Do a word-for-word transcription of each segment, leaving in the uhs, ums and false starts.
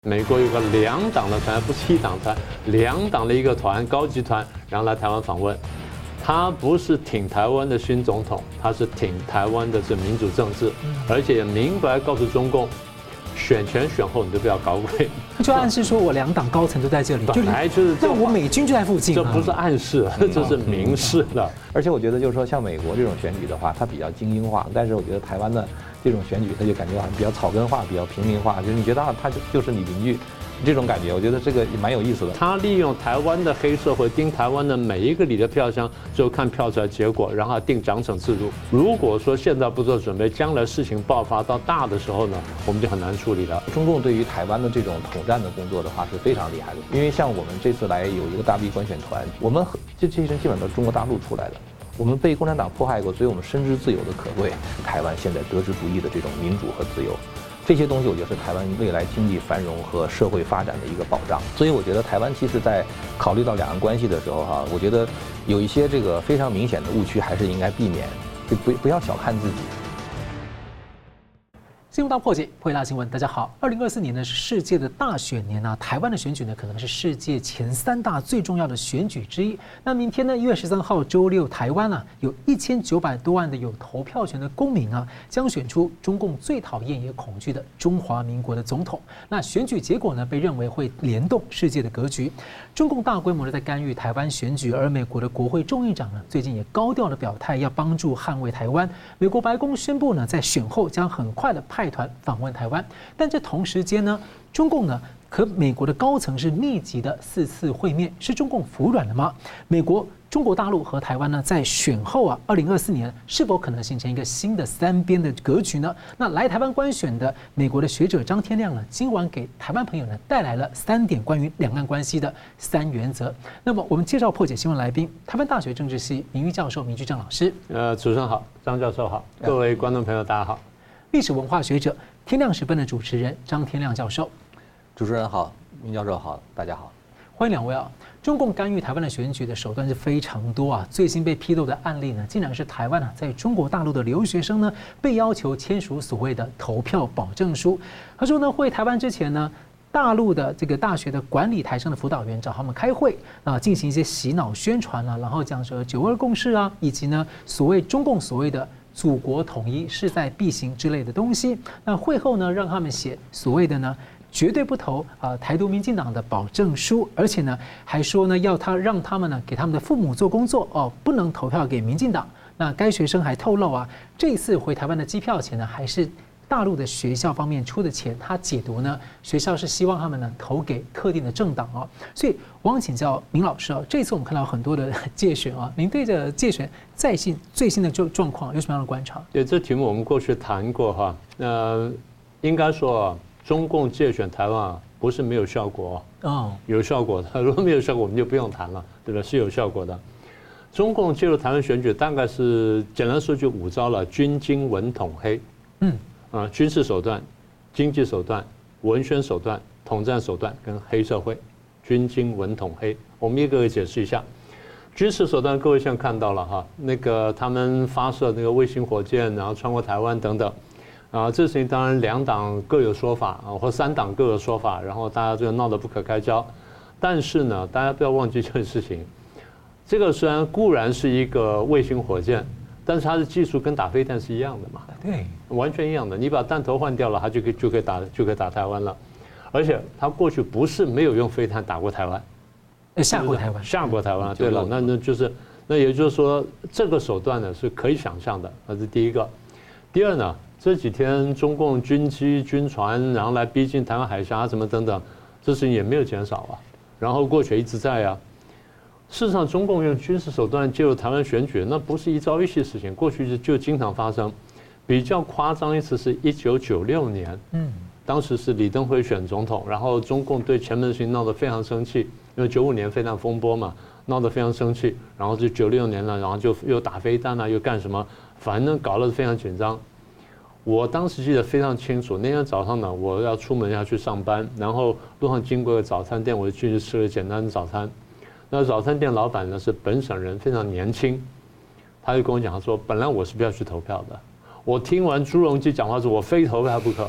美国有个两党的团，不是一党团，两党的一个团，高级团，然后来台湾访问。他不是挺台湾的新总统，他是挺台湾的这民主政治，而且也明白告诉中共，选前选后你都不要搞鬼。 就暗示说我两党高层都在这里， 本来就是， 那我美军就在附近， 这不是暗示，这是明示的。 而且我觉得就是说，像美国这种选举的话，它比较精英化，但是我觉得台湾的这种选举，它就感觉好像比较草根化，比较平民化，就是你觉得啊，他就就是你邻居。这种感觉，我觉得这个也蛮有意思的。 他利用台湾的黑社会盯台湾的每一个里的票箱，最后看票出来结果，然后定奖惩制度。如果说现在不做准备，将来事情爆发到大的时候呢，我们就很难处理了。 中共对于台湾的这种统战的工作的话是非常厉害的，因为像我们这次来有一个大 V 观选团，我们这这些人基本都是中国大陆出来的。我们被共产党迫害过，所以我们深知自由的可贵。台湾现在德智主义的这种民主和自由。这些东西我觉得是台湾未来经济繁荣和社会发展的一个保障，所以我觉得台湾其实在考虑到两岸关系的时候哈，我觉得有一些这个非常明显的误区还是应该避免，就不不要小看自己。 新闻大破解，破解大新闻。大家好，二零二四年呢是世界的大选年啊，台湾的选举呢可能是世界前三大最重要的选举之一。那明天呢，一月十三号周六，台湾啊有一千九百多万的有投票权的公民啊，将选出中共最讨厌也恐惧的中华民国的总统。那选举结果呢，被认为会联动世界的格局。中共大规模的在干预台湾选举，而美国的国会众议长呢，最近也高调的表态要帮助捍卫台湾。美国白宫宣布呢，在选后将很快的派派团访问台湾，但这同时间呢，中共呢和美国的高层是密集的四次会面，是中共服软了吗？美国、中国大陆和台湾呢，在选后啊，二零二四年是否可能形成一个新的三边的格局呢？那来台湾观选的美国的学者张天亮呢，今晚给台湾朋友呢带来了三点关于两岸关系的三原则。那么我们介绍破解新闻来宾，台湾大学政治系名誉教授明居正老师。 呃，主持人好，张教授好，各位观众朋友大家好。 历史文化学者天亮时分的主持人张天亮教授， 主持人好，明教授好，大家好， 欢迎两位啊！中共干预台湾的选举的手段是非常多啊，最新被披露的案例呢，竟然是台湾啊在中国大陆的留学生呢被要求签署所谓的投票保证书。他说呢，回台湾之前呢，大陆的这个大学的管理台上的辅导员找他们开会啊，进行一些洗脑宣传啊，然后讲说九二共识啊，以及呢所谓中共所谓的祖国统一势在必行之类的东西。那会后呢，让他们写所谓的呢绝对不投啊台独民进党的保证书，而且呢还说呢要他让他们呢给他们的父母做工作哦，不能投票给民进党。那该学生还透露啊，这一次回台湾的机票钱呢还是大陆的学校方面出的钱，他解读呢，学校是希望他们呢投给特定的政党哦。所以我想请教明老师哦，这次我们看到很多的介选啊，您对这介选在新最新的状状况有什么样的观察？ 对，这题目我们过去谈过哈，呃，应该说中共介选台湾啊，不是没有效果哦，有效果的。如果没有效果，我们就不用谈了，对吧？是有效果的。中共介入台湾选举，大概是简单说就五招了：军经文统黑。嗯。啊，军事手段、经济手段、文宣手段、统战手段跟黑社会，军经文统黑，我们一个个解释一下。军事手段，各位现在看到了哈，那个他们发射那个卫星火箭，然后穿过台湾等等，啊，这事情当然两党各有说法啊，或三党各有说法，然后大家就闹得不可开交。但是呢，大家不要忘记这件事情，这个虽然固然是一个卫星火箭。但是它的技术跟打飞弹是一样的嘛？ 对， 完全一样的。你把弹头换掉了，它就可以就可以打就可以打台湾了。而且它过去不是没有用飞弹打过台湾， 吓过台湾， 吓过台湾。对了，那那就是那也就是说，这个手段呢是可以想象的，这是第一个。第二呢，这几天中共军机、军船，然后来逼近台湾海峡什么等等，这事情也没有减少啊。然后过去一直在啊。事实上，中共用军事手段介入台湾选举，那不是一朝一夕事情，过去就就经常发生。比较夸张一次是一九九六年，嗯，当时是李登辉选总统，然后中共对前门行闹得非常生气，因为九五年飞弹风波嘛，闹得非常生气，然后就九六年了，然后就又打飞弹啊，又干什么，反正搞得非常紧张。我当时记得非常清楚，那天早上呢，我要出门要去上班，然后路上经过个早餐店，我就进去吃了简单的早餐。那早餐店老板呢是本省人，非常年轻，他就跟我讲，他说本来我是不要去投票的，我听完朱镕基讲话之后，我非投票不可，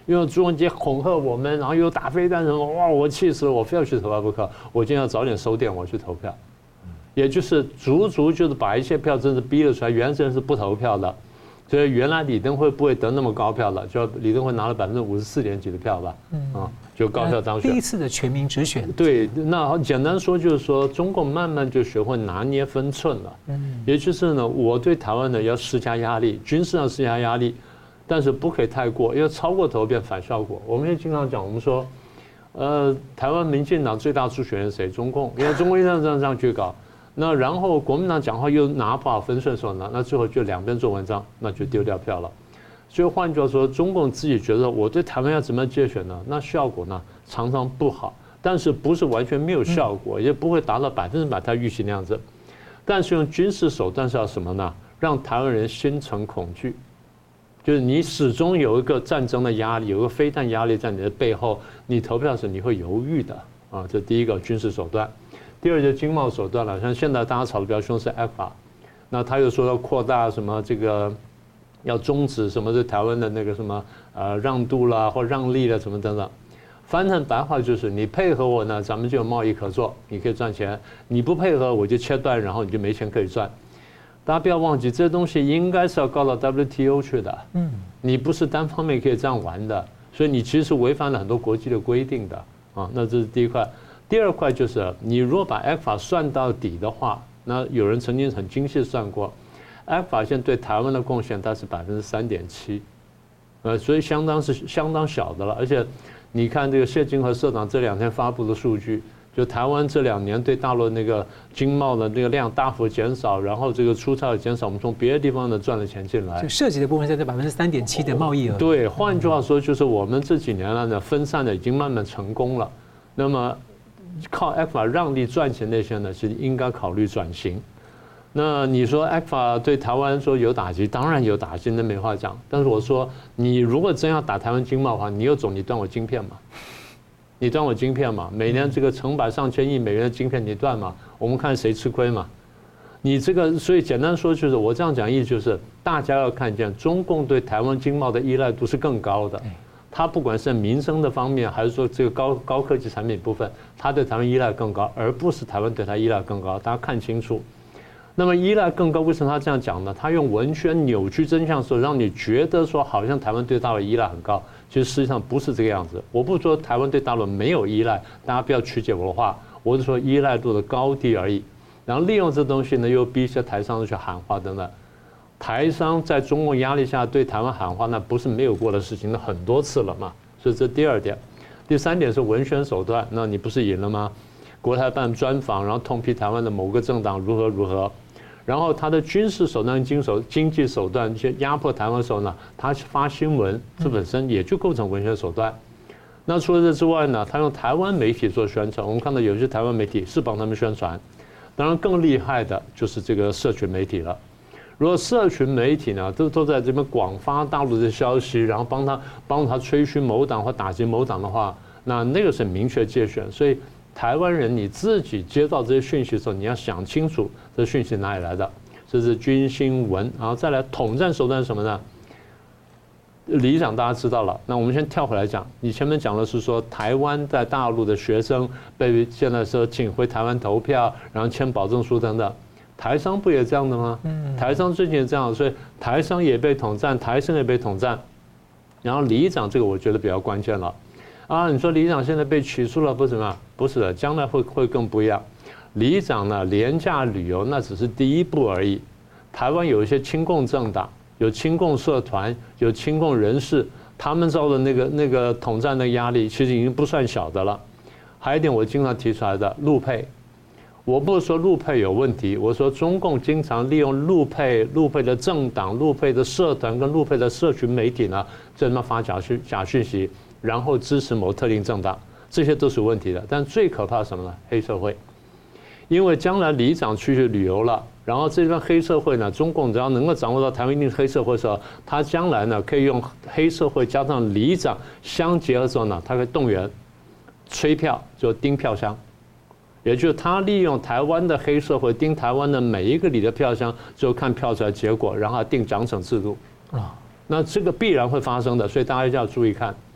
用朱文杰恐吓我们，然后又打飞弹什么，哇，我气死了，我非要去投票不可，我今天要早点收店，我去投票。也就是足足就是把一些票真是逼了出来，原来真是不投票的，所以原来李登辉不会得那么高票了，就李登辉拿了百分之五十四点几的票吧，啊，就高票当选。 第一次的全民直选。 对，那简单说就是说，中共慢慢就学会拿捏分寸了。嗯，也就是呢，我对台湾呢要施加压力，军事上施加压力，但是不可以太过，因为超过头变反效果。我们也经常讲，我们说，呃，台湾民进党最大助选人谁？中共，因为中共一直这样这样去搞。那然后国民党讲话又拿不好分寸的时候呢，那最后就两边做文章，那就丢掉票了。所以换句话说，中共自己觉得我对台湾要怎么样介选呢？那效果呢常常不好，但是不是完全没有效果，也不会达到百分之百他预期那样子。但是用军事手段是要什么呢？让台湾人心存恐惧，就是你始终有一个战争的压力，有个飞弹压力在你的背后，你投票时你会犹豫的啊。这第一个军事手段。第二就是经贸手段了，像现在大家吵得比较凶是 A F A， 那他又说要扩大什么这个，要终止什么对台湾的那个什么呃让渡啦或让利啦什么等等，翻成白话就是你配合我呢，咱们就有贸易合作，你可以赚钱；你不配合我就切断，然后你就没钱可以赚。大家不要忘记，这东西应该是要告到 W T O 去的，嗯，你不是单方面可以这样玩的，所以你其实是违反了很多国际的规定的啊。那这是第一块。第二块就是你如果把 A F A 算到底的话，那有人曾经很精细算过 ，A F A 现在对台湾的贡献它是百分之三点七，呃，所以相当是相当小的了。而且你看这个谢金河社长这两天发布的数据，就台湾这两年对大陆那个经贸的那个量大幅减少，然后这个出差的减少，我们从别的地方呢赚了钱进来， 就涉及的部分现在百分之三点七的贸易额。 对，换句话说就是我们这几年来呢分散的已经慢慢成功了，那么。靠 A F A 让利赚钱那些呢，是应该考虑转型。那你说 A F A 对台湾说有打击，当然有打击，那没话讲。但是我说，你如果真要打台湾经贸的话，你又总你断我晶片嘛？你断我晶片嘛？每年这个成百上千亿美元的晶片你断嘛？我们看谁吃亏嘛？你这个，所以简单说就是，我这样讲意思就是，大家要看见中共对台湾经贸的依赖度是更高的。它不管是民生的方面，还是说这个高高科技产品部分，它对台湾依赖更高，而不是台湾对它依赖更高。大家看清楚。那么依赖更高，为什么他这样讲呢？他用文宣扭曲真相的时候，让你觉得说好像台湾对大陆依赖很高，其实实际上不是这个样子。我不说台湾对大陆没有依赖，大家不要曲解我的话，我是说依赖度的高低而已。然后利用这东西呢，又逼一些台商去喊话等等。台商在中共压力下对台湾喊话，那不是没有过的事情，那很多次了嘛。所以这第二点，第三点是文宣手段。那你不是赢了吗？国台办专访，然后痛批台湾的某个政党如何如何，然后他的军事手段、经手经济手段去压迫台湾的时候呢，他发新闻，这本身也就构成文宣手段。那除了这之外呢，他用台湾媒体做宣传，我们看到有些台湾媒体是帮他们宣传，当然更厉害的就是这个社群媒体了。如果社群媒体呢，都都在这边广发大陆的消息，然后帮他帮他吹嘘某党或打击某党的话，那那个是明确界选。所以台湾人你自己接到这些讯息的时候，你要想清楚这讯息哪里来的。这是军新闻，然后再来统战手段是什么呢？理想大家知道了，那我们先跳回来讲。你前面讲的是说台湾在大陆的学生被现在说请回台湾投票，然后签保证书等等。台商不也这样的吗？台商最近也这样，所以台商也被统战，台生也被统战。然后里长这个我觉得比较关键了，啊，你说里长现在被起诉了，不是什么？不是的，将来会会更不一样。里长呢，廉价旅游那只是第一步而已。台湾有一些亲共政党，有亲共社团，有亲共人士，他们遭的那个那个统战的压力，其实已经不算小的了。还有一点我经常提出来的陆配。我不是说陆配有问题，我说中共经常利用陆配、陆配的政党、陆配的社团跟陆配的社群媒体呢，在那发假讯假讯息，然后支持某特定政党，这些都是有问题的。但最可怕是什么呢？黑社会，因为将来里长出去旅游了，然后这帮黑社会呢，中共只要能够掌握到台湾一定黑社会的时候，他将来呢可以用黑社会加上里长相结合之后呢，他可以动员催票，就盯票箱。也就是他利用台湾的黑社会盯台湾的每一个里的票箱，就看票出来结果，然后定奖惩制度啊。那这个必然会发生的，所以大家一定要注意看。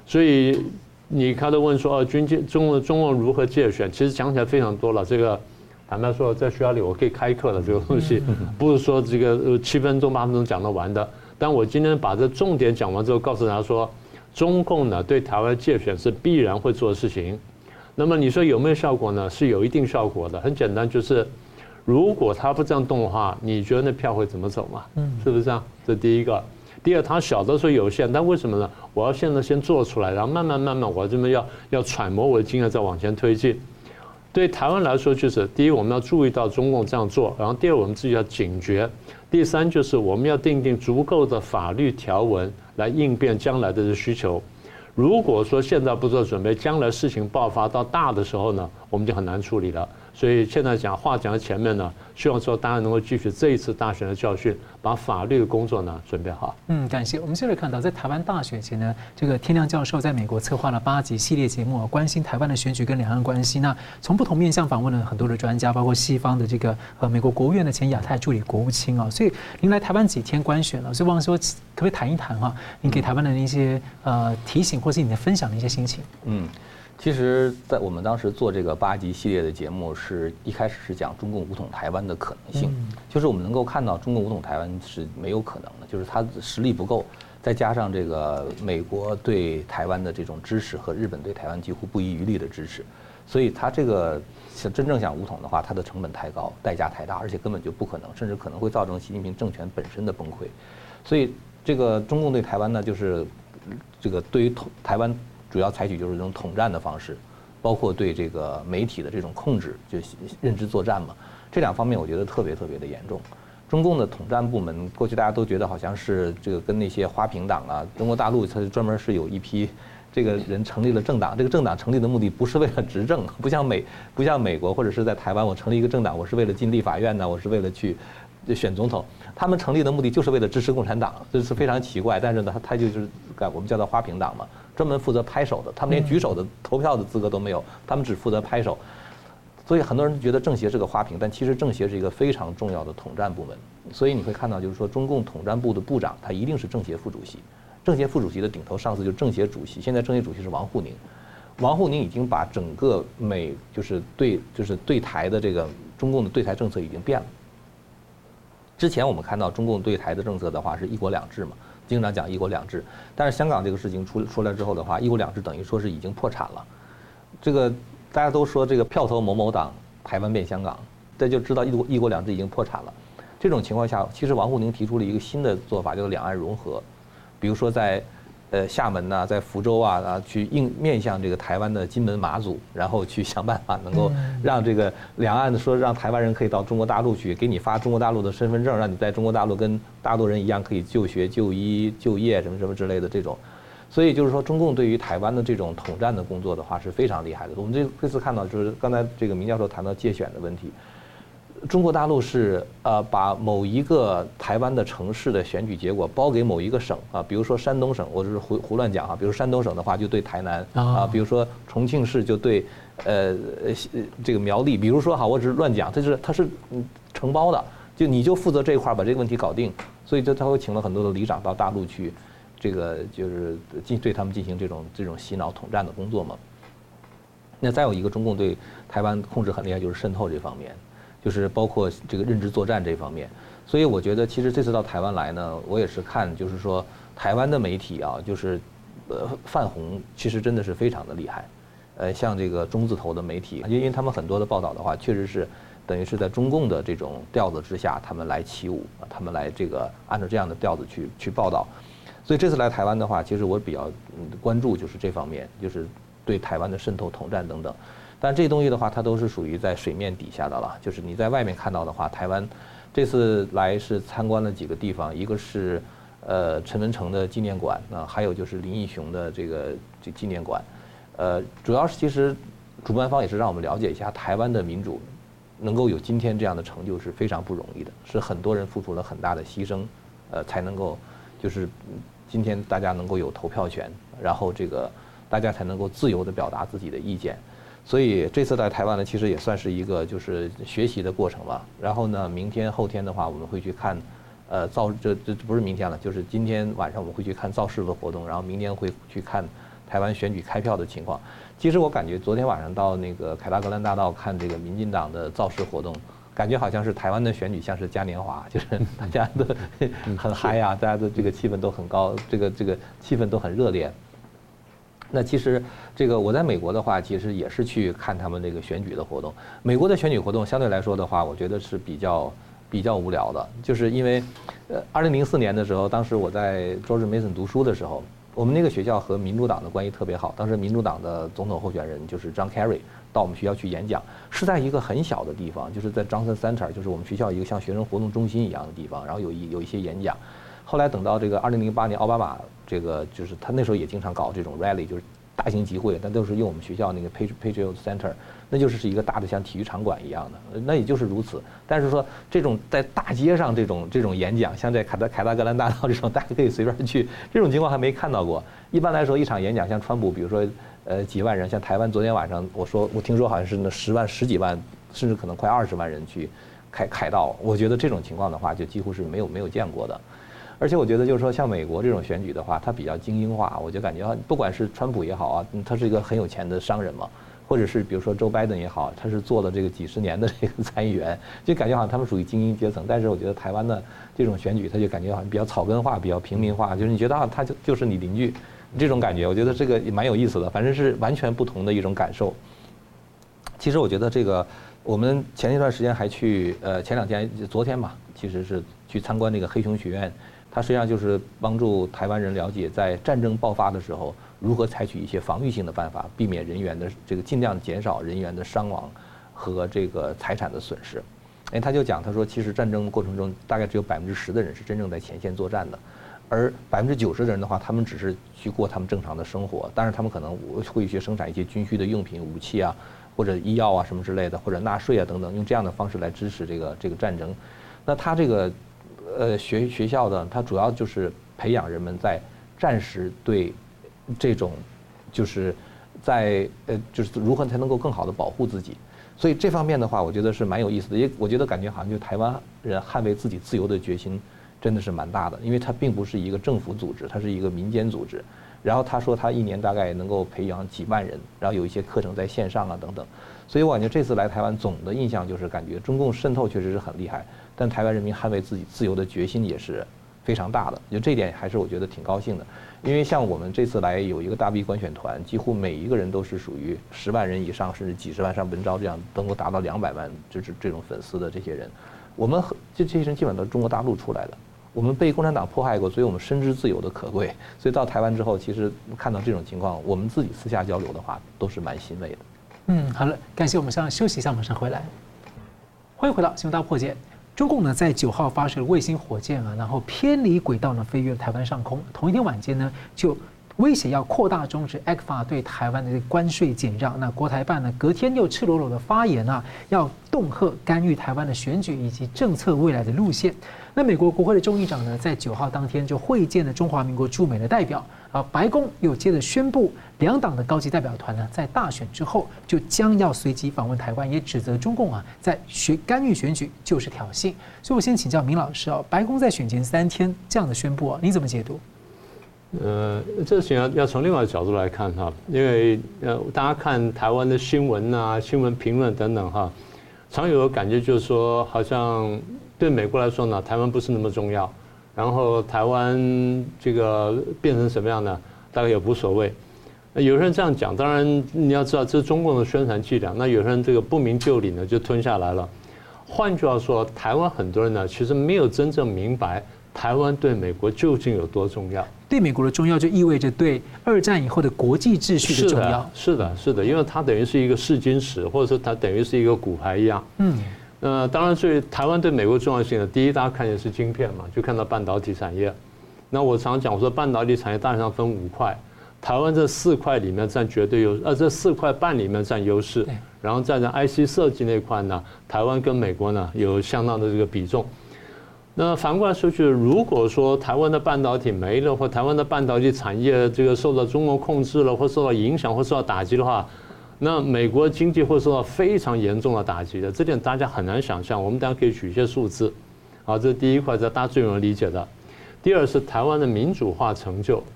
所以你开头问说，哦，军界中共中共如何界选？其实讲起来非常多了。这个坦白说，在学校里我可以开课的这个东西，不是说这个七分钟八分钟讲得完的。但我今天把这重点讲完之后，告诉大家说，中共呢对台湾界选是必然会做的事情。那么你说有没有效果呢？是有一定效果的。很简单，就是如果他不这样动的话，你觉得那票会怎么走嘛？嗯，是不是这样？这第一个。第二，他小的时候有限，但为什么呢？我要现在先做出来，然后慢慢慢慢，我这么要要揣摩我的经验，再往前推进。对台湾来说，就是第一，我们要注意到中共这样做；然后第二，我们自己要警觉；第三，就是我们要订定足够的法律条文来应变将来的需求。如果说现在不做准备，将来事情爆发到大的时候呢，我们就很难处理了。所以现在讲话讲在前面呢，希望说大家能够继续这一次大选的教训，把法律的工作呢准备好。 嗯，感谢。我们现在看到，在台湾大选前呢，这个天亮教授在美国策划了八集系列节目，关心台湾的选举跟两岸关系。那从不同面向访问了很多的专家，包括西方的这个呃美国国务院的前亚太助理国务卿啊。所以您来台湾几天观选了，所以忘了说，可不可以谈一谈哈、啊？您给台湾的一些呃提醒，或是你的分享的一些心情？ 嗯。其实，在我们当时做这个八集系列的节目，是一开始是讲中共武统台湾的可能性，就是我们能够看到中共武统台湾是没有可能的，就是它实力不够，再加上这个美国对台湾的这种支持和日本对台湾几乎不遗余力的支持，所以它这个想真正想武统的话，它的成本太高，代价太大，而且根本就不可能，甚至可能会造成习近平政权本身的崩溃。所以这个中共对台湾呢，就是这个对于台湾。主要采取就是这种统战的方式，包括对这个媒体的这种控制，就认知作战嘛。这两方面我觉得特别特别的严重。中共的统战部门，过去大家都觉得好像是这个跟那些花瓶党啊，中国大陆它专门是有一批这个人成立了政党。这个政党成立的目的不是为了执政，不像美不像美国或者是在台湾，我成立一个政党，我是为了进立法院呢，我是为了去选总统。他们成立的目的就是为了支持共产党，这是非常奇怪。但是呢，他他就是我们叫做花瓶党嘛。专门负责拍手的，他们连举手的投票的资格都没有，他们只负责拍手。所以很多人觉得政协是个花瓶，但其实政协是一个非常重要的统战部门。所以你会看到，就是说中共统战部的部长他一定是政协副主席，政协副主席的顶头上司就是政协主席。现在政协主席是王沪宁，王沪宁已经把整个美就是对就是对台的这个中共的对台政策已经变了。之前我们看到中共对台的政策的话是一国两制嘛。经常讲一国两制，但是香港这个事情出出来之后的话，一国两制等于说是已经破产了。这个大家都说这个票投某某党，台湾变香港，这就知道一国一国两制已经破产了。这种情况下，其实王沪宁提出了一个新的做法，叫做两岸融合。比如说在呃厦门呐、啊，在福州啊啊，去应面向这个台湾的金门、马祖，然后去想办法能够让这个两岸的说让台湾人可以到中国大陆去，给你发中国大陆的身份证，让你在中国大陆跟大陆人一样可以就学、就医、就业什么什么之类的这种。所以就是说，中共对于台湾的这种统战的工作的话是非常厉害的。我们这这次看到就是刚才这个明教授谈到界选的问题。中国大陆是呃把某一个台湾的城市的选举结果包给某一个省啊，比如说山东省，我就是胡胡乱讲啊，比如山东省的话就对台南啊，比如说重庆市就对呃这个苗栗，比如说哈，我只是乱讲，这是它是承包的，就你就负责这一块把这个问题搞定，所以就他会请了很多的里长到大陆去，这个就是进对他们进行这种这种洗脑统战的工作嘛。那再有一个中共对台湾控制很厉害，就是渗透这方面。就是包括这个认知作战这方面，所以我觉得其实这次到台湾来呢，我也是看就是说台湾的媒体啊，就是呃泛红其实真的是非常的厉害，呃像这个中字头的媒体，因为他们很多的报道的话，确实是等于是在中共的这种调子之下，他们来起舞，他们来这个按照这样的调子去去报道，所以这次来台湾的话，其实我比较关注就是这方面，就是对台湾的渗透、统战等等。但这些东西的话，它都是属于在水面底下的了。就是你在外面看到的话，台湾这次来是参观了几个地方，一个是呃陈文成的纪念馆啊，还有就是林义雄的这个这纪念馆。呃，主要是其实主办方也是让我们了解一下台湾的民主能够有今天这样的成就是非常不容易的，是很多人付出了很大的牺牲，呃，才能够就是今天大家能够有投票权，然后这个大家才能够自由地表达自己的意见。所以这次在台湾呢，其实也算是一个就是学习的过程吧。然后呢，明天后天的话，我们会去看，呃，造这这不是明天了，就是今天晚上我们会去看造势的活动，然后明天会去看台湾选举开票的情况。其实我感觉昨天晚上到那个凯达格兰大道看这个民进党的造势活动，感觉好像是台湾的选举像是嘉年华，就是大家都很嗨啊，大家的这个气氛都很高，这个这个气氛都很热烈。那其实这个我在美国的话，其实也是去看他们这个选举的活动。美国的选举活动相对来说的话，我觉得是比较比较无聊的，就是因为，呃，二零零四年的时候，当时我在 George Mason 读书的时候，我们那个学校和民主党的关系特别好。当时民主党的总统候选人就是 John Kerry 到我们学校去演讲，是在一个很小的地方，就是在 Johnson Center， 就是我们学校一个像学生活动中心一样的地方，然后有一有一些演讲。后来等到这个二零零八年奥巴马这个就是他那时候也经常搞这种 rally， 就是大型集会，但都是用我们学校那个 Patriot Center， 那就是是一个大的像体育场馆一样的，那也就是如此。但是说这种在大街上这种这种演讲，像在凯达凯达格兰大道这种，大家可以随便去，这种情况还没看到过。一般来说，一场演讲像川普，比如说呃几万人，像台湾昨天晚上我说我听说好像是那十万十几万，甚至可能快二十万人去开凯道，我觉得这种情况的话，就几乎是没有没有见过的。而且我觉得就是说，像美国这种选举的话，它比较精英化。我就感觉，不管是川普也好啊，他是一个很有钱的商人嘛，或者是比如说Joe Biden也好，他是做了这个几十年的这个参议员，就感觉好像他们属于精英阶层。但是我觉得台湾的这种选举，他就感觉好像比较草根化，比较平民化，就是你觉得啊，他就就是你邻居这种感觉。我觉得这个也蛮有意思的，反正是完全不同的一种感受。其实我觉得这个，我们前一段时间还去，呃，前两天昨天吧，其实是去参观那个黑熊学院。它实际上就是帮助台湾人了解，在战争爆发的时候，如何采取一些防御性的办法，避免人员的这个尽量减少人员的伤亡和这个财产的损失。哎，他就讲，他说，其实战争过程中大概只有百分之十的人是真正在前线作战的，而百分之九十的人的话，他们只是去过他们正常的生活，当然他们可能会去生产一些军需的用品、武器啊，或者医药啊什么之类的，或者纳税啊等等，用这样的方式来支持这个这个战争。那他这个。呃，学学校的它主要就是培养人们在战时对这种，就是在呃，就是如何才能够更好的保护自己。所以这方面的话，我觉得是蛮有意思的。也我觉得感觉好像就台湾人捍卫自己自由的决心真的是蛮大的，因为它并不是一个政府组织，它是一个民间组织。然后他说他一年大概能够培养几万人，然后有一些课程在线上啊等等。所以我感觉这次来台湾总的印象就是感觉中共渗透确实是很厉害，但台湾人民捍卫自己自由的决心也是非常大的，就这一点还是我觉得挺高兴的。因为像我们这次来有一个大 V 观选团，几乎每一个人都是属于十万人以上，甚至几十万上文章这样能够达到两百万就是这种粉丝的这些人，我们这这些人基本上都是中国大陆出来的。我们被共产党迫害过，所以我们深知自由的可贵。所以到台湾之后，其实看到这种情况，我们自己私下交流的话，都是蛮欣慰的。 嗯，好了，感谢我们上休息一下，马上回来。欢迎回到新闻大破解。中共呢在九号发射了卫星火箭啊，然后偏离轨道呢飞越台湾上空。同一天晚间呢就威胁要扩大终止 A C F A 对台湾的关税减让。那国台办呢隔天又赤裸裸的发言啊，要恫吓干预台湾的选举以及政策未来的路线。那美国国会的众议长呢，在九号当天就会见了中华民国驻美的代表，啊，白宫又接着宣布，两党的高级代表团呢，在大选之后就将要随即访问台湾，也指责中共啊在选干预选举就是挑衅。所以我先请教明老师啊，白宫在选前三天这样的宣布啊，你怎么解读？ 呃，这事情要要从另外一个角度来看哈，因为呃，大家看台湾的新闻啊、新闻评论等等哈，常有个感觉就是说，好像对美国来说呢，台湾不是那么重要，然后台湾这个变成什么样呢，大概也无所谓。有人这样讲，当然你要知道这是中共的宣传伎俩。那有人这个不明就里呢，就吞下来了。换句话说，台湾很多人呢，其实没有真正明白台湾对美国究竟有多重要。 对美国的重要，就意味着对二战以后的国际秩序的重要。 是的，是的，因为它等于是一个试金石，或者说它等于是一个骨牌一样。嗯。呃，当然，对台湾对美国重要性的，第一大家看见是晶片嘛，就看到半导体产业。那我常讲，我说半导体产业大体上分五块，台湾这四块里面占绝对优势，呃，这四块半里面占优势，然后再在 I C 设计那块呢，台湾跟美国呢有相当的这个比重。那反过来说去，如果说台湾的半导体没了，或台湾的半导体产业这个受到中国控制了，或受到影响，或受到打击的话，那美国经济会受到非常严重的打击的，这点大家很难想象。我们大家可以举一些数字，啊，这是第一块，这大家最容易理解的。第二是台湾的民主化成就，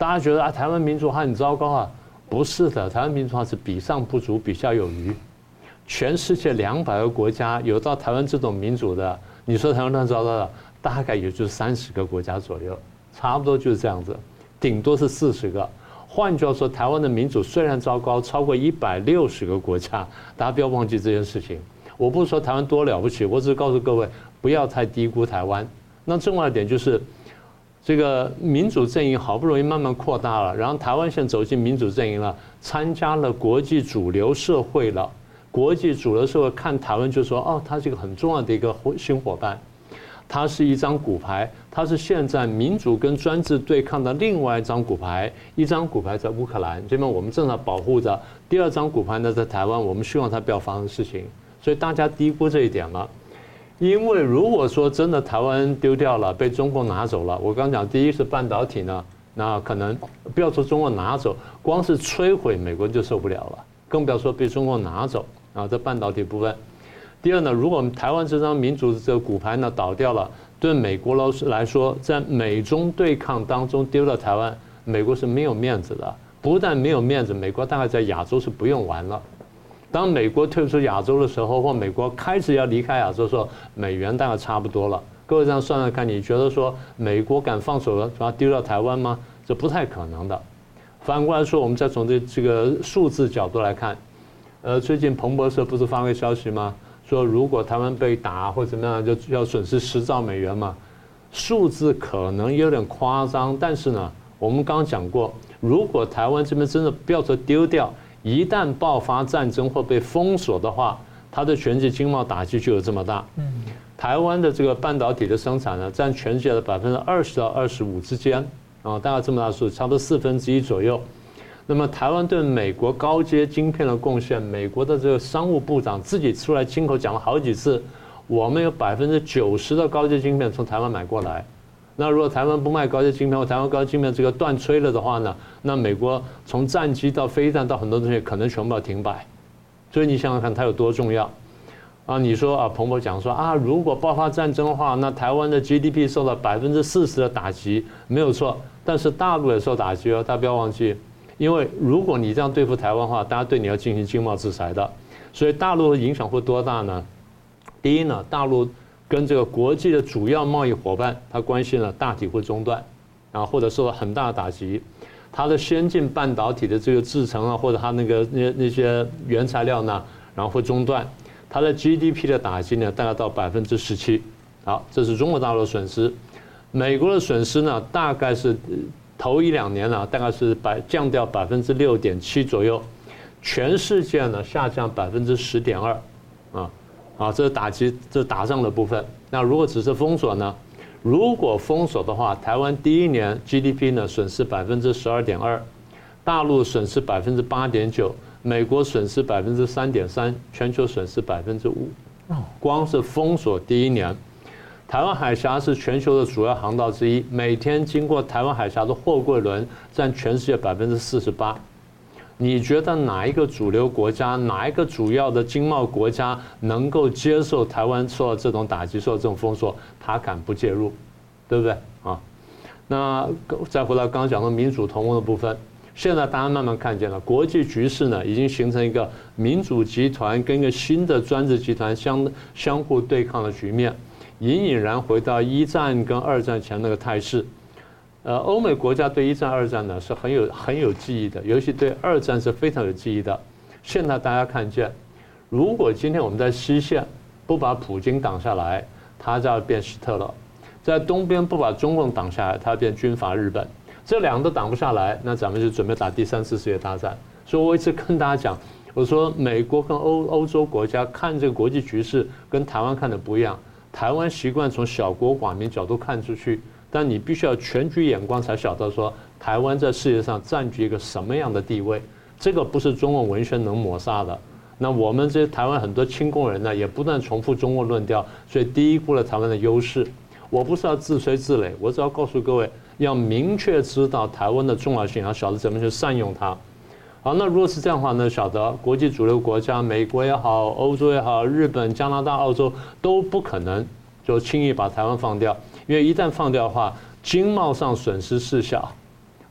大家觉得啊，台湾民主化很糟糕啊，不是的，台湾民主化是比上不足，比下有余。全世界两百个国家有到台湾这种民主的，你说台湾乱糟糟的，大概也就三十个国家左右，差不多就是这样子，顶多是四十个。换句话说，台湾的民主虽然糟糕，超过一百六十个国家，大家不要忘记这件事情。我不是说台湾多了不起，我只是告诉各位不要太低估台湾。那另外一点就是，这个民主阵营好不容易慢慢扩大了，然后台湾现在走进民主阵营了，参加了国际主流社会了。国际主流社会看台湾就说，哦，它是一个很重要的一个新伙伴，它是一张骨牌，它是现在民主跟专制对抗的另外一张骨牌。一张骨牌在乌克兰这边，我们正在保护着；第二张骨牌呢，在台湾，我们希望它不要发生事情。所以大家低估这一点了。因为如果说真的台湾丢掉了，被中共拿走了，我刚讲，第一是半导体呢，那可能不要说中共拿走，光是摧毁美国就受不了了，更不要说被中共拿走啊，这半导体部分。第二呢，如果我们台湾这张民主的这个骨牌呢倒掉了，对美国来说，在美中对抗当中丢了台湾，美国是没有面子的。不但没有面子，美国大概在亚洲是不用玩了。当美国退出亚洲的时候，或美国开始要离开亚洲的时候，美元大概差不多了。各位这样算算看，你觉得说美国敢放手把它丢到台湾吗？这不太可能的。反过来说，我们再从这这个数字角度来看，呃，最近彭博社不是发个消息吗？说如果台湾被打或怎么样，就要损失十兆美元嘛。数字可能有点夸张，但是呢，我们刚刚讲过，如果台湾这边真的不要说丢掉，一旦爆发战争或被封锁的话，它的全球经贸打击就有这么大。嗯，台湾的这个半导体的生产呢，占全世界的百分之二十到二十五之间啊，大概这么大数，差不多四分之一左右。那么台湾对美国高阶晶片的贡献，美国的这个商务部长自己出来亲口讲了好几次，我们有百分之九十的高阶晶片从台湾买过来。那如果台湾不卖高阶晶片，或台湾高阶晶片这个断炊了的话呢，那美国从战机到飞弹到很多东西可能全部要停摆。所以你想想看它有多重要啊！你说啊，彭博讲说啊，如果爆发战争的话，那台湾的 G D P 受到百分之四十的打击，没有错。但是大陆也受打击哦，大家不要忘记，因为如果你这样对付台湾的话，大家对你要进行经贸制裁的。所以大陆的影响会多大呢？第一呢，大陆跟这个国际的主要贸易伙伴，它关系呢大体会中断，啊，或者受到很大的打击。它的先进半导体的这个制程啊，或者它那个那那些原材料呢，然后会中断。它的 G D P 的打击呢，大概到百分之十七。好，这是中国大陆的损失。美国的损失呢，大概是头一两年呢，大概是百降掉百分之六点七左右。全世界呢下降百分之十点二，啊。啊，这是打击，这是打仗的部分。那如果只是封锁呢？如果封锁的话，台湾第一年 G D P 呢损失百分之十二点二，大陆损失百分之八点九，美国损失百分之三点三，全球损失百分之五。光是封锁第一年，台湾海峡是全球的主要航道之一，每天经过台湾海峡的货柜轮占全世界百分之四十八。你觉得哪一个主流国家，哪一个主要的经贸国家能够接受台湾受到这种打击、受到这种封锁？他敢不介入，对不对啊？那再回到刚刚讲的民主同盟的部分，现在大家慢慢看见了，国际局势呢已经形成一个民主集团跟一个新的专制集团相相互对抗的局面，隐隐然回到一战跟二战前那个态势。呃，欧美国家对一战、二战呢是很有很有记忆的，尤其对二战是非常有记忆的。现在大家看见，如果今天我们在西线不把普京挡下来，他就要变希特勒；在东边不把中共挡下来，他要变军阀日本。这两个都挡不下来，那咱们就准备打第三次世界大战。所以我一直跟大家讲，我说美国跟欧欧洲国家看这个国际局势跟台湾看的不一样，台湾习惯从小国寡民角度看出去。但你必须要全局眼光才晓得说台湾在世界上占据一个什么样的地位，这个不是中共文宣能抹杀的。那我们这些台湾很多亲共人呢，也不断重复中共论调，所以低估了台湾的优势。我不是要自吹自擂，我只要告诉各位，要明确知道台湾的重要性，要晓得怎么去善用它。好，那如果是这样的话呢，晓得国际主流国家，美国也好，欧洲也好，日本、加拿大、澳洲都不可能就轻易把台湾放掉。因为一旦放掉的话，经贸上损失事小，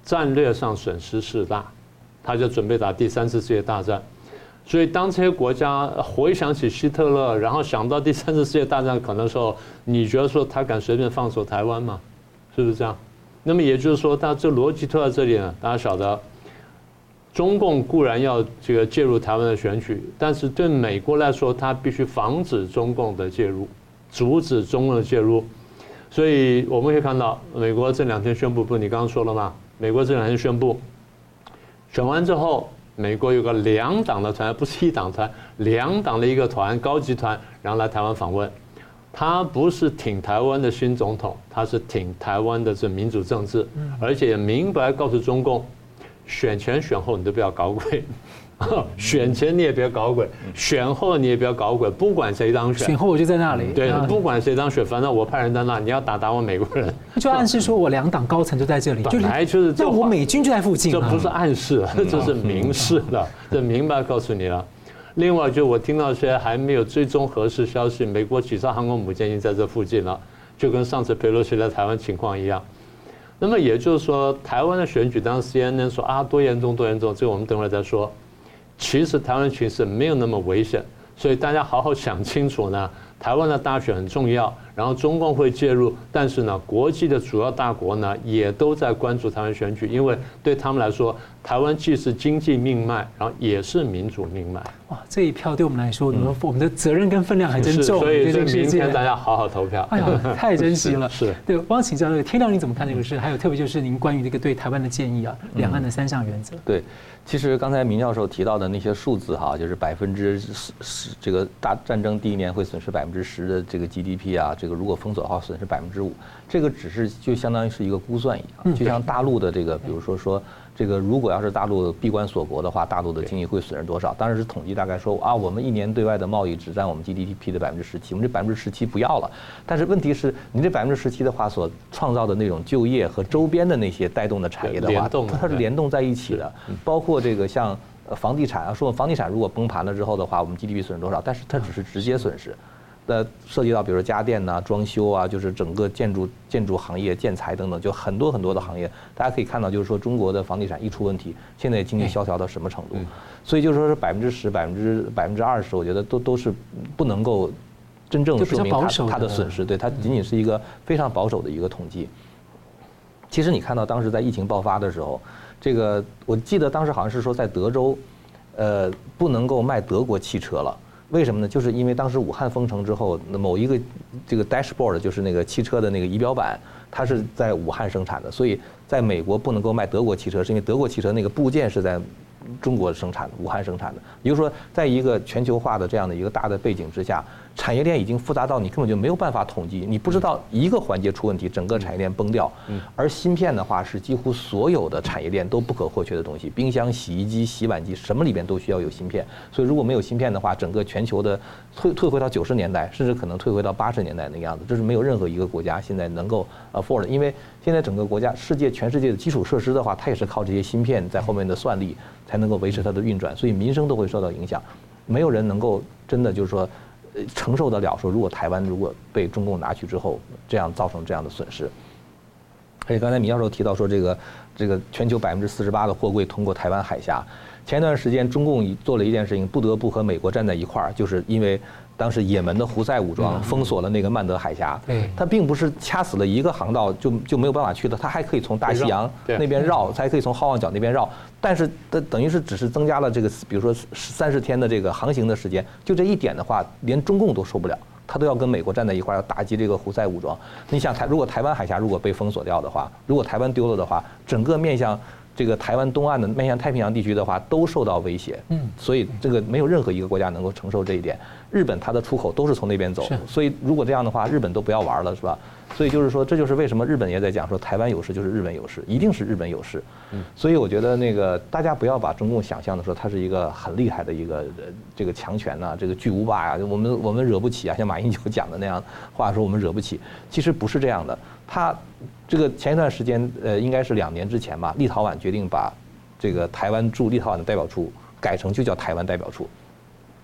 战略上损失是大，他就准备打第三次世界大战。所以当这些国家回想起希特勒，然后想到第三次世界大战可能的时候，你觉得说他敢随便放手台湾吗？是不是这样？那么也就是说，他这逻辑都在这里呢。大家晓得，中共固然要这个介入台湾的选举，但是对美国来说，他必须防止中共的介入，阻止中共的介入。所以我们可以看到，美国这两天宣布，不，你刚刚说了吗？美国这两天宣布，选完之后，美国有个两党的团，不是一党团，两党的一个团，高级团，然后来台湾访问。他不是挺台湾的新总统，他是挺台湾的这民主政治，而且也明白告诉中共，选前选后你都不要搞鬼。选前你也别搞鬼，选后你也不要搞鬼，不管谁当选， 选后我就在那里。 对，不管谁当选，反正我派人在那，你要打打我美国人， 就暗示说我两党高层就在这里， 本来就是那我美军就在附近。 这不是暗示，这是明示的，这明白告诉你了。另外，就我听到一些还没有追踪核实消息，美国几艘航空母舰已经在这附近了，就跟上次佩洛西来台湾情况一样。那么也就是说，台湾的选举，当 C N N 说啊多严重多严重，这个我们等会儿再说。其实台湾情势没有那么危险，所以大家好好想清楚呢。台湾的大选很重要，然后中共会介入，但是呢，国际的主要大国呢也都在关注台湾选举，因为对他们来说，台湾既是经济命脉，然后也是民主命脉。哇， 这一票对我们来说，嗯、我们的责任跟分量还真重。 所以这明天大家好好投票。 哎呀，太珍惜了。 是。是对，我想请教那个天亮，你怎么看这个事？还有特别就是您关于这个对台湾的建议啊，两岸的三项原则。 嗯、对。其实刚才明教授提到的那些数字哈，就是百分之十，这个大战争第一年会损失百分之十的这个 G D P 啊，这个如果封锁的话损失百分之五，这个只是就相当于是一个估算一样，就像大陆的这个，比如说说这个如果要是大陆闭关锁国的话，大陆的经济会损失多少？当然是统计大概说啊，我们一年对外的贸易只占我们 G D P 的百分之十七，我们这百分之十七不要了。但是问题是，你这百分之十七的话所创造的那种就业和周边的那些带动的产业的话，它是联动在一起的，包括这个像。房地产啊，说房地产如果崩盘了之后的话，我们 G D P 损失多少？但是它只是直接损失，那涉及到比如说家电呐、装修啊，就是整个建筑建筑行业、建材等等，就很多很多的行业，大家可以看到，就是说中国的房地产一出问题，现在经济萧条到什么程度？所以就是说是百分之十、百分之百分之二十，我觉得都都是不能够真正说明它它的损失，对，它仅仅是一个非常保守的一个统计。其实你看到当时在疫情爆发的时候。这个我记得当时好像是说在德州，呃，不能够卖德国汽车了。为什么呢？就是因为当时武汉封城之后，某一个这个 dashboard 就是那个汽车的那个仪表板，它是在武汉生产的，所以在美国不能够卖德国汽车，是因为德国汽车那个部件是在中国生产的，武汉生产的。也就是说，在一个全球化的这样的一个大的背景之下，产业链已经复杂到你根本就没有办法统计，你不知道一个环节出问题，整个产业链崩掉。而芯片的话是几乎所有的产业链都不可或缺的东西，冰箱、洗衣机、洗碗机什么里边都需要有芯片。所以如果没有芯片的话，整个全球的退退回到九十年代，甚至可能退回到八十年代那个样子，这是没有任何一个国家现在能够 afford 的。因为现在整个国家、世界、全世界的基础设施的话，它也是靠这些芯片在后面的算力才能够维持它的运转，所以民生都会受到影响。没有人能够真的就是说。承受得了说，如果台湾如果被中共拿去之后，这样造成这样的损失。而且刚才米教授提到说，这个这个全球百分之四十八的货柜通过台湾海峡。前一段时间，中共做了一件事情，不得不和美国站在一块儿，就是因为当时也门的胡塞武装封锁了那个曼德海峡，它并不是掐死了一个航道就就没有办法去的，它还可以从大西洋那边绕，它还可以从好望角那边绕，但是等等于是只是增加了这个，比如说三十天的这个航行的时间，就这一点的话，连中共都受不了。他都要跟美国站在一块儿，要打击这个胡塞武装。你想台，如果台湾海峡如果被封锁掉的话，如果台湾丢了的话，整个面向这个台湾东岸的面向太平洋地区的话，都受到威胁。嗯，所以这个没有任何一个国家能够承受这一点。日本它的出口都是从那边走，所以如果这样的话，日本都不要玩了，是吧？所以就是说，这就是为什么日本也在讲说，台湾有事就是日本有事，一定是日本有事。嗯，所以我觉得那个大家不要把中共想象的说它是一个很厉害的一个这个强权呐、啊，这个巨无霸呀、啊，我们我们惹不起啊，像马英九讲的那样话说我们惹不起，其实不是这样的。他这个前一段时间，呃，应该是两年之前吧，立陶宛决定把这个台湾驻立陶宛的代表处改成就叫台湾代表处。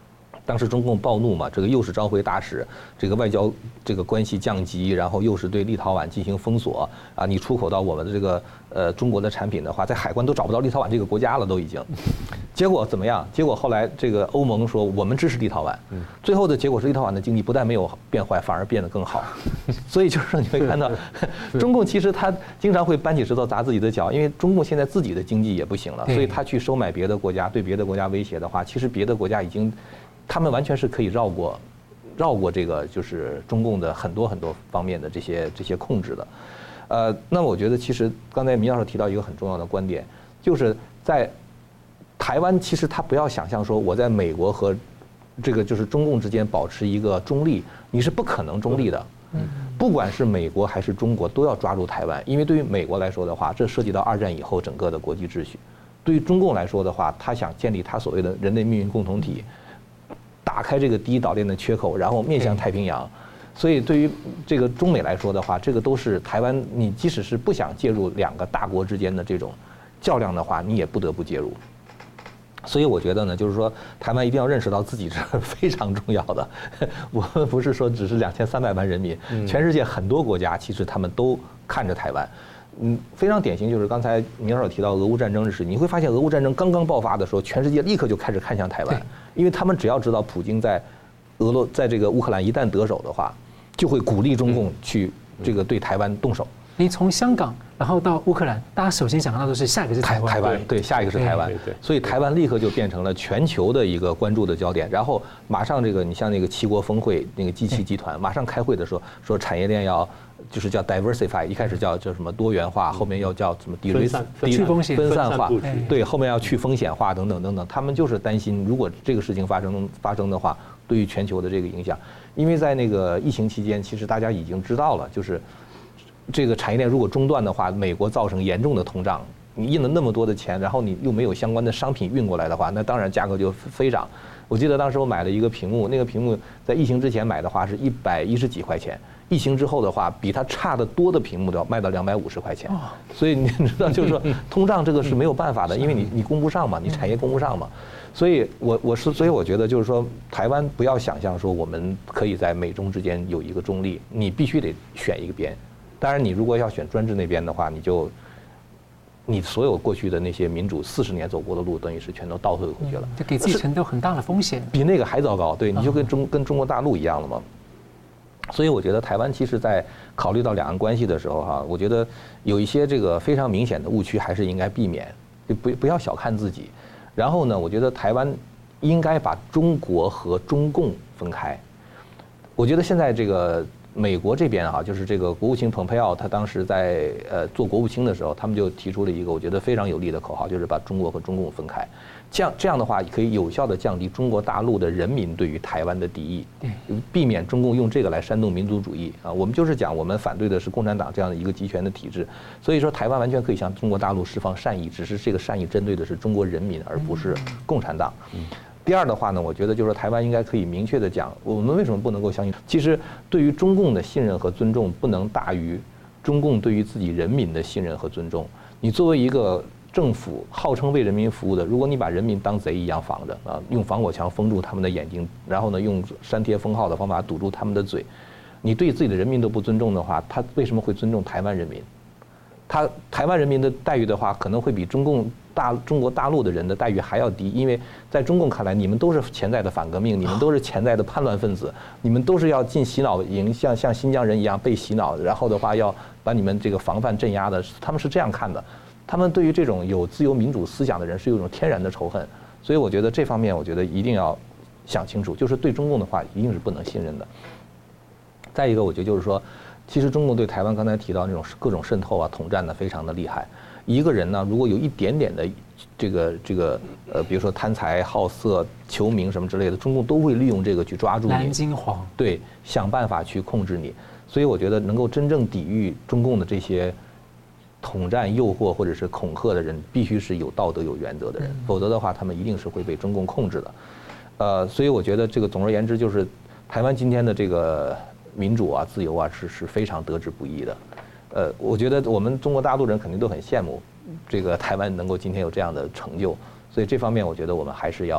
当时中共暴怒嘛，这个又是召回大使，这个外交这个关系降级，然后又是对立陶宛进行封锁啊，你出口到我们的这个呃中国的产品的话，在海关都找不到立陶宛这个国家了，都已经。结果怎么样？结果后来这个欧盟说我们支持立陶宛，最后的结果是立陶宛的经济不但没有变坏，反而变得更好。所以就是你会看到，中共其实他经常会搬起石头砸自己的脚，因为中共现在自己的经济也不行了，所以他去收买别的国家，对别的国家威胁的话，其实别的国家已经。他们完全是可以绕过，绕过这个就是中共的很多很多方面的这些这些控制的，呃，那我觉得其实刚才明教授提到一个很重要的观点，就是在台湾，其实他不要想象说我在美国和这个就是中共之间保持一个中立，你是不可能中立的。不管是美国还是中国，都要抓住台湾，因为对于美国来说的话，这涉及到二战以后整个的国际秩序；对于中共来说的话，他想建立他所谓的人类命运共同体。打开这个第一岛链的缺口，然后面向太平洋，所以对于这个中美来说的话，这个都是台湾，你即使是不想介入两个大国之间的这种较量的话，你也不得不介入。所以我觉得呢，就是说台湾一定要认识到自己是非常重要的。我们不是说只是两千三百万人民，全世界很多国家其实他们都看着台湾。嗯，非常典型就是刚才明教授提到俄乌战争的事，你会发现俄乌战争刚刚爆发的时候，全世界立刻就开始看向台湾，因为他们只要知道普京在俄罗在这个乌克兰一旦得手的话，就会鼓励中共去这个对台湾动手。 你从香港然后到乌克兰，大家首先想到的是下一个是台湾， 台湾对，下一个是台湾，所以台湾立刻就变成了全球的一个关注的焦点。然后马上这个你像那个七国峰会，那个 G 七集团马上开会的时候说产业链要。就是叫 diversify， 一开始叫叫什么多元化，后面又叫什么 de-risk 去风险分散化，对，后面要去风险化等等等等。他们就是担心，如果这个事情发生发生的话，对于全球的这个影响。因为在那个疫情期间，其实大家已经知道了，就是这个产业链如果中断的话，美国造成严重的通胀。你印了那么多的钱，然后你又没有相关的商品运过来的话，那当然价格就飞涨。我记得当时我买了一个屏幕，那个屏幕在疫情之前买的话是一百一十几块钱，疫情之后的话，比它差得多的屏幕都要卖到两百五十块钱。所以你知道，就是说通胀这个是没有办法的，因为你你供不上嘛，你产业供不上嘛。所以我我是所以我觉得就是说，台湾不要想象说我们可以在美中之间有一个中立，你必须得选一个边。当然，你如果要选专制那边的话，你就。你所有过去的那些民主四十年走过的路，等于是全都倒退回去了， 就给自己承担很大的风险， 比那个还糟糕。对，你就跟中跟中国大陆一样了嘛。所以我觉得台湾其实在考虑到两岸关系的时候哈，我觉得有一些这个非常明显的误区还是应该避免，就不不要小看自己。然后呢，我觉得台湾应该把中国和中共分开。我觉得现在这个。美国这边啊，就是这个国务卿蓬佩奥，他当时在呃做国务卿的时候，他们就提出了一个我觉得非常有力的口号，就是把中国和中共分开。这样这样的话，可以有效地降低中国大陆的人民对于台湾的敌意，避免中共用这个来煽动民族主义啊。我们就是讲，我们反对的是共产党这样的一个集权的体制，所以说台湾完全可以向中国大陆释放善意，只是这个善意针对的是中国人民，而不是共产党。第二的话呢，我觉得就是说台湾应该可以明确的讲，我们为什么不能够相信？其实对于中共的信任和尊重，不能大于中共对于自己人民的信任和尊重。你作为一个政府，号称为人民服务的，如果你把人民当贼一样防着啊，用防火墙封住他们的眼睛，然后呢用删帖封号的方法堵住他们的嘴，你对自己的人民都不尊重的话，他为什么会尊重台湾人民？他台湾人民的待遇的话，可能会比中共大中国大陆的人的待遇还要低，因为在中共看来，你们都是潜在的反革命，你们都是潜在的叛乱分子，你们都是要进洗脑营，像像新疆人一样被洗脑，然后的话要把你们这个防范镇压的，他们是这样看的。他们对于这种有自由民主思想的人是有一种天然的仇恨，所以我觉得这方面，我觉得一定要想清楚，就是对中共的话一定是不能信任的。再一个，我觉得就是说。其实中共对台湾刚才提到那种各种渗透啊、统战呢，非常的厉害。一个人呢，如果有一点点的这个这个呃，比如说贪财好色、求名什么之类的，中共都会利用这个去抓住你。 蓝金黄。 对，想办法去控制你。所以我觉得能够真正抵御中共的这些统战、诱惑或者是恐吓的人，必须是有道德、有原则的人，否则的话，他们一定是会被中共控制的。呃，所以我觉得这个总而言之，就是台湾今天的这个。民主啊，自由啊，是是非常得之不易的，呃，我觉得我们中国大陆人肯定都很羡慕这个台湾能够今天有这样的成就，所以这方面我觉得我们还是要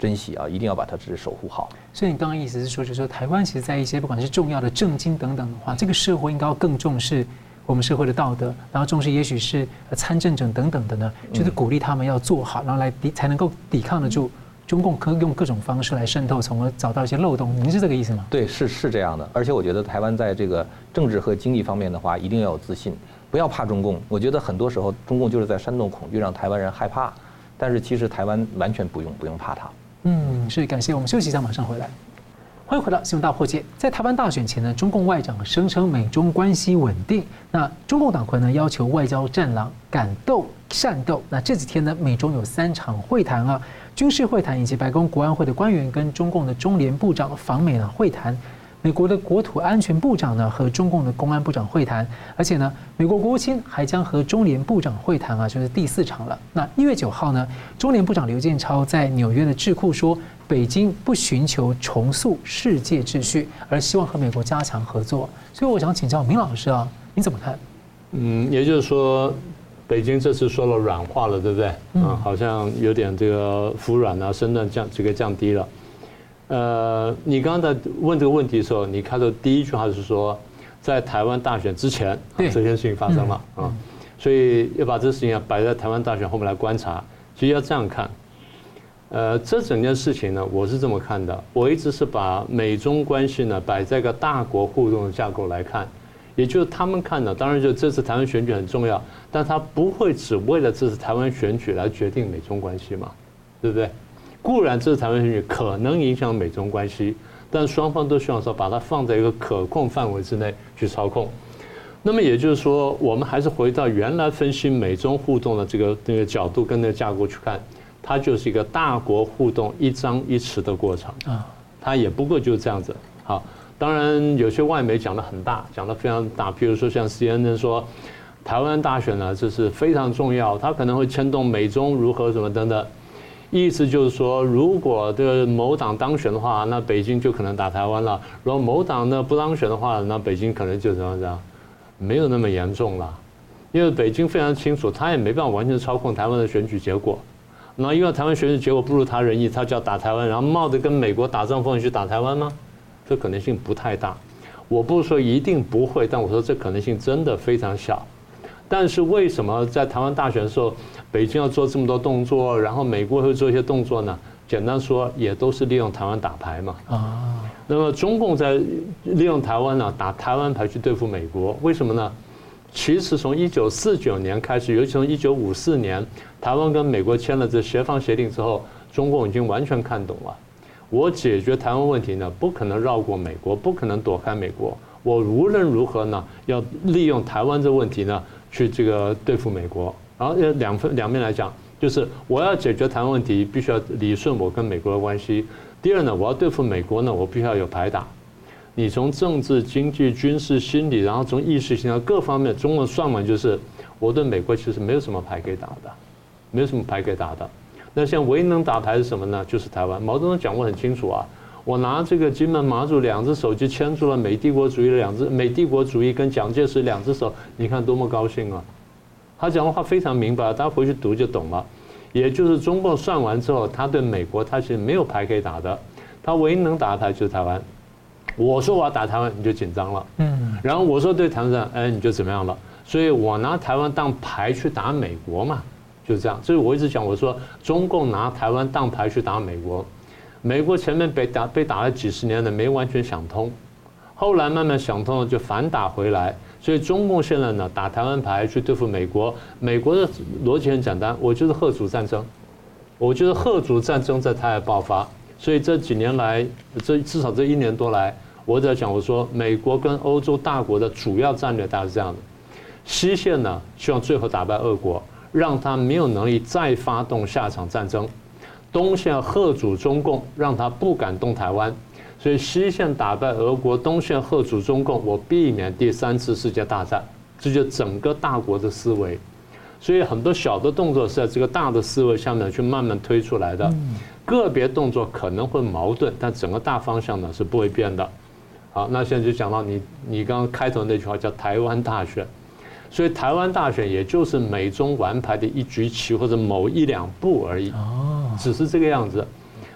珍惜啊，一定要把它只守护好。 所以你刚刚意思是说，就是说台湾其实在一些不管是重要的政经等等的话，这个社会应该要更重视我们社会的道德，然后重视也许是参政者等等的呢，就是鼓励他们要做好，然后来抵才能够抵抗得住中共可用各种方式来渗透，从而找到一些漏洞。您是这个意思吗？ 对，是是这样的。而且我觉得台湾在这个政治和经济方面的话，一定要有自信，不要怕中共。我觉得很多时候中共就是在煽动恐惧，让台湾人害怕。但是其实台湾完全不用不用怕它。 嗯，是，感谢。我们休息一下，马上回来。欢迎回到新闻大破解。在台湾大选前呢，中共外长声称美中关系稳定。那中共党魁呢要求外交战狼敢斗善斗。那这几天呢，美中有三场会谈啊，军事会谈以及白宫国安会的官员跟中共的中联部长访美呢会谈。美国的国土安全部长呢和中共的公安部长会谈，而且呢，美国国务卿还将和中联部长会谈啊，就是第四场了。那一月九号呢，中联部长刘建超在纽约的智库说，北京不寻求重塑世界秩序，而希望和美国加强合作。所以我想请教明老师啊，你怎么看？ 嗯，也就是说，北京这次说了软话了，对不对？嗯，好像有点这个服软啊，身段降这个降低了。呃，你刚刚在问这个问题的时候，你开头第一句话是说，在台湾大选之前，这件事情发生了啊、嗯，所以要把这个事情啊摆在台湾大选后面来观察。其实要这样看，呃，这整件事情呢，我是这么看的，我一直是把美中关系呢摆在一个大国互动的架构来看，也就是他们看的，当然就这次台湾选举很重要，但他不会只为了这次台湾选举来决定美中关系嘛，对不对？固然这次台湾选举可能影响美中关系，但双方都希望说把它放在一个可控范围之内去操控。那么也就是说，我们还是回到原来分析美中互动的这个那个角度跟那个架构去看，它就是一个大国互动一张一弛的过程啊，它也不过就是这样子。好，当然有些外媒讲得很大，讲得非常大，譬如说像 C N N 说台湾大选呢，这是非常重要，它可能会牵动美中如何什么等等。意思就是说，如果这个某党当选的话，那北京就可能打台湾了；如果某党呢不当选的话，那北京可能就怎么样，没有那么严重了。因为北京非常清楚，他也没办法完全操控台湾的选举结果。那因为台湾选举结果不如他人意，他就要打台湾，然后冒着跟美国打仗风险去打台湾吗？这可能性不太大。我不是说一定不会，但我说这可能性真的非常小。但是为什么在台湾大选的时候，北京要做这么多动作，然后美国会做一些动作呢？简单说，也都是利用台湾打牌嘛。啊，那么中共在利用台湾呢，打台湾牌去对付美国，为什么呢？其实从一九四九年开始，尤其从一九五四年，台湾跟美国签了这协防协定之后，中共已经完全看懂了。我解决台湾问题呢，不可能绕过美国，不可能躲开美国。我无论如何呢，要利用台湾这问题呢，去这个对付美国。然后两分两面来讲，就是我要解决台湾问题，必须要理顺我跟美国的关系。第二呢，我要对付美国呢，我必须要有牌打。你从政治、经济、军事、心理，然后从意识形态各方面，中文算完就是我对美国其实没有什么牌可以打的，没有什么牌可以打的。那现在唯一能打牌是什么呢？就是台湾。毛泽东讲过很清楚啊，我拿这个金门、马祖两只手就牵住了美帝国主义的两只美帝国主义跟蒋介石两只手，你看多么高兴啊！他讲的话非常明白，大家回去读就懂了。也就是中共算完之后，他对美国他其实没有牌可以打的，他唯一能打的牌就是台湾。我说我要打台湾，你就紧张了，嗯，然后我说对台湾，哎，你就怎么样了？所以我拿台湾当牌去打美国嘛，就是这样。所以我一直讲，我说中共拿台湾当牌去打美国，美国前面被打被打了几十年了，没完全想通，后来慢慢想通了，就反打回来。所以中共现在呢打台湾牌去对付美国，美国的逻辑很简单，我就是嚇阻战争，我就是嚇阻战争在台海爆发。所以这几年来，这至少这一年多来，我在讲我说美国跟欧洲大国的主要战略大概是这样的：西线呢希望最后打败俄国，让他没有能力再发动下场战争；东线嚇阻中共，让他不敢动台湾。所以西线打败俄国，东线嚇阻中共，我避免第三次世界大战，这就整个大国的思维。所以很多小的动作是在这个大的思维下面去慢慢推出来的，个别动作可能会矛盾，但整个大方向呢是不会变的。好，那现在就讲到你你刚刚开头那句话叫台湾大选，所以台湾大选也就是美中玩牌的一局棋或者某一两步而已，只是这个样子。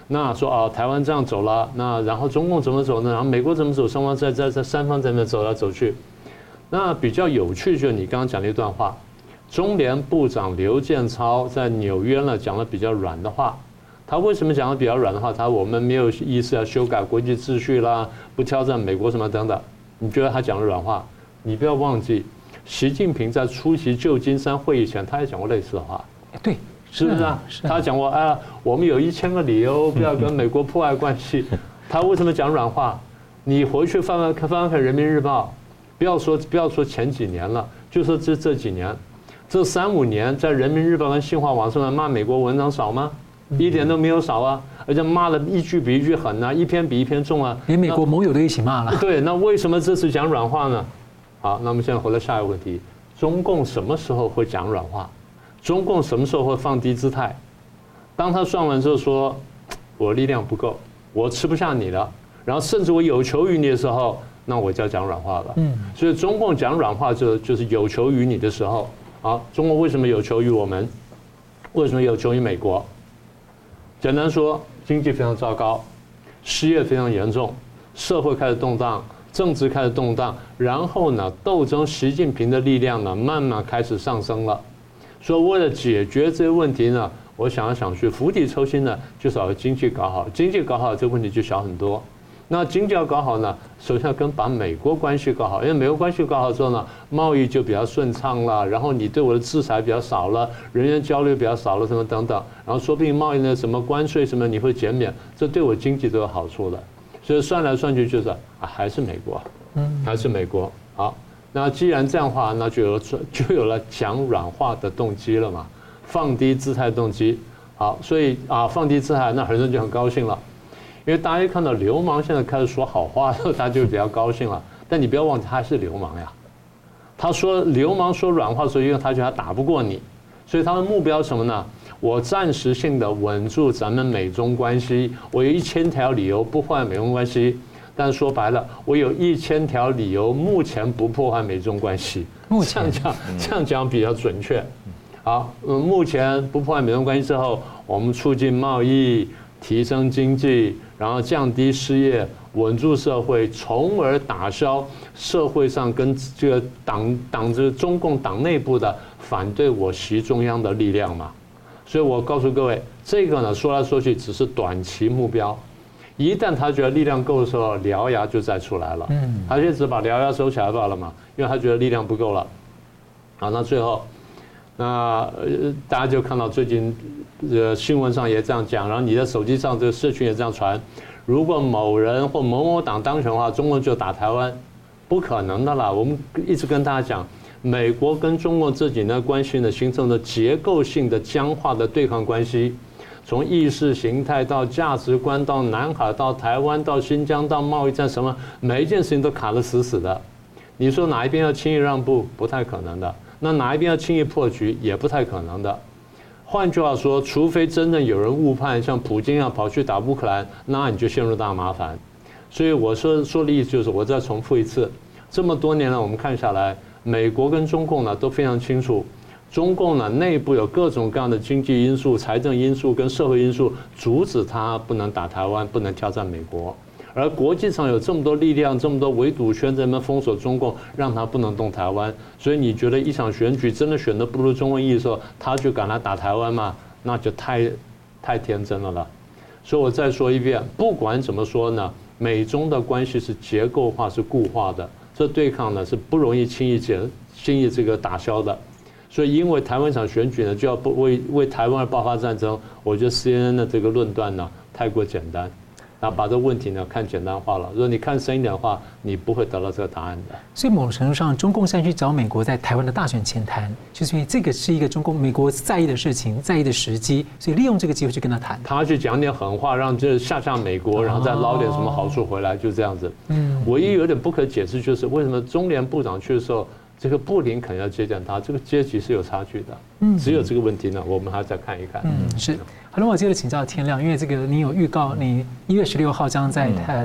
那说啊，台湾这样走了，那然后中共怎么走呢？然后美国怎么走？双方在在在三方在那走来走去。那比较有趣就是你刚刚讲的一段话，中联部长刘建超在纽约呢讲了比较软的话。他为什么讲的比较软的话？他我们没有意思要修改国际秩序啦，不挑战美国什么等等。你觉得他讲的软话？你不要忘记，习近平在出席旧金山会议前，他也讲过类似的话。 对， 是不是啊？他讲过啊，我们有一千个理由不要跟美国破坏关系。他为什么讲软话？你回去翻翻看翻看《人民日报》，不要说不要说前几年了，就说这这几年，这三五年在《人民日报》跟新华网上面骂美国文章少吗？一点都没有少啊，而且骂的一句比一句狠啊，一篇比一篇重啊， 连美国盟友都一起骂了。 对，那为什么这次讲软话呢？好，那我们现在回到下一个问题：中共什么时候会讲软话？中共什么时候会放低姿态？当他算完之后说，我力量不够，我吃不下你了，然后甚至我有求于你的时候，那我就要讲软话了。嗯，所以中共讲软话就就是有求于你的时候。好，中国为什么有求于我们？为什么有求于美国？简单说，经济非常糟糕，失业非常严重，社会开始动荡，政治开始动荡，然后呢，斗争习近平的力量呢，慢慢开始上升了。所以为了解决这些问题呢，我想来想去，釜底抽薪呢，就是要经济搞好，经济搞好，这个问题就小很多。那经济要搞好呢，首先要跟把美国关系搞好，因为美国关系搞好之后呢，贸易就比较顺畅了，然后你对我的制裁比较少了，人员交流比较少了，什么等等，然后说不定贸易的什么关税什么你会减免，这对我经济都有好处的。所以算来算去就是啊，还是美国，嗯，还是美国。好，那既然这样的话，那就有就有了讲软话的动机了嘛，放低姿态动机。好，所以啊，放低姿态，那很多人就很高兴了。因为大家一看到流氓现在开始说好话，他就比较高兴了。但你不要忘记，他还是流氓呀。他说流氓说软话，所以因为他觉得他打不过你，所以他的目标是什么呢？我暂时性的稳住咱们美中关系，我有一千条理由不破坏美中关系。但是说白了，我有一千条理由目前不破坏美中关系。这样讲，这样讲比较准确。好，嗯，目前不破坏美中关系之后，我们促进贸易，提升经济，然后降低失业，稳住社会，从而打消社会上跟这个党党这中共党内部的反对我习中央的力量嘛。所以我告诉各位，这个呢说来说去只是短期目标，一旦他觉得力量够的时候，獠牙就再出来了。嗯，他就只把獠牙收起来罢了嘛，因为他觉得力量不够了。好，那最后，那大家就看到最近。呃，新闻上也这样讲，然后你的手机上这个社群也这样传。如果某人或某某党当选的话，中共就打台湾，不可能的啦。我们一直跟大家讲，美国跟中共这几年的关系呢，形成了结构性的僵化的对抗关系，从意识形态到价值观，到南海，到台湾，到新疆，到贸易战，什么每一件事情都卡得死死的。你说哪一边要轻易让步，不太可能的；那哪一边要轻易破局，也不太可能的。换句话说，除非真正有人误判，像普京啊跑去打乌克兰，那你就陷入大麻烦。所以我说说的意思就是，我再重复一次，这么多年来我们看下来，美国跟中共呢都非常清楚，中共呢内部有各种各样的经济因素、财政因素跟社会因素，阻止他不能打台湾，不能挑战美国。而国际上有这么多力量，这么多围堵圈在那封锁中共，让他不能动台湾。所以你觉得一场选举真的选得不如中共意的时候，他就敢来打台湾吗？那就太太天真了了。所以我再说一遍，不管怎么说呢，美中的关系是结构化、是固化的，这对抗呢是不容易轻易解、轻易这个打消的。所以因为台湾场选举呢，就要为为台湾而爆发战争，我觉得 C N N 的这个论断呢太过简单。那把这个问题呢看简单化了，如果你看深一点的话，你不会得到这个答案的。 所以某种程度上，中共现在去找美国在台湾的大选前谈，就是因为这个是一个中共美国在意的事情，在意的时机，所以利用这个机会去跟他谈。 他去讲点狠话，让这吓吓美国，然后再捞点什么好处回来，就这样子。嗯，唯一有点不可解释就是为什么中联部长去的时候，这个布林肯要接见他，这个阶级是有差距的。嗯，只有这个问题呢，我们还要再看一看。 嗯，是。好了，我接着请教天亮，因为这个你有预告，你一月十六号将在台台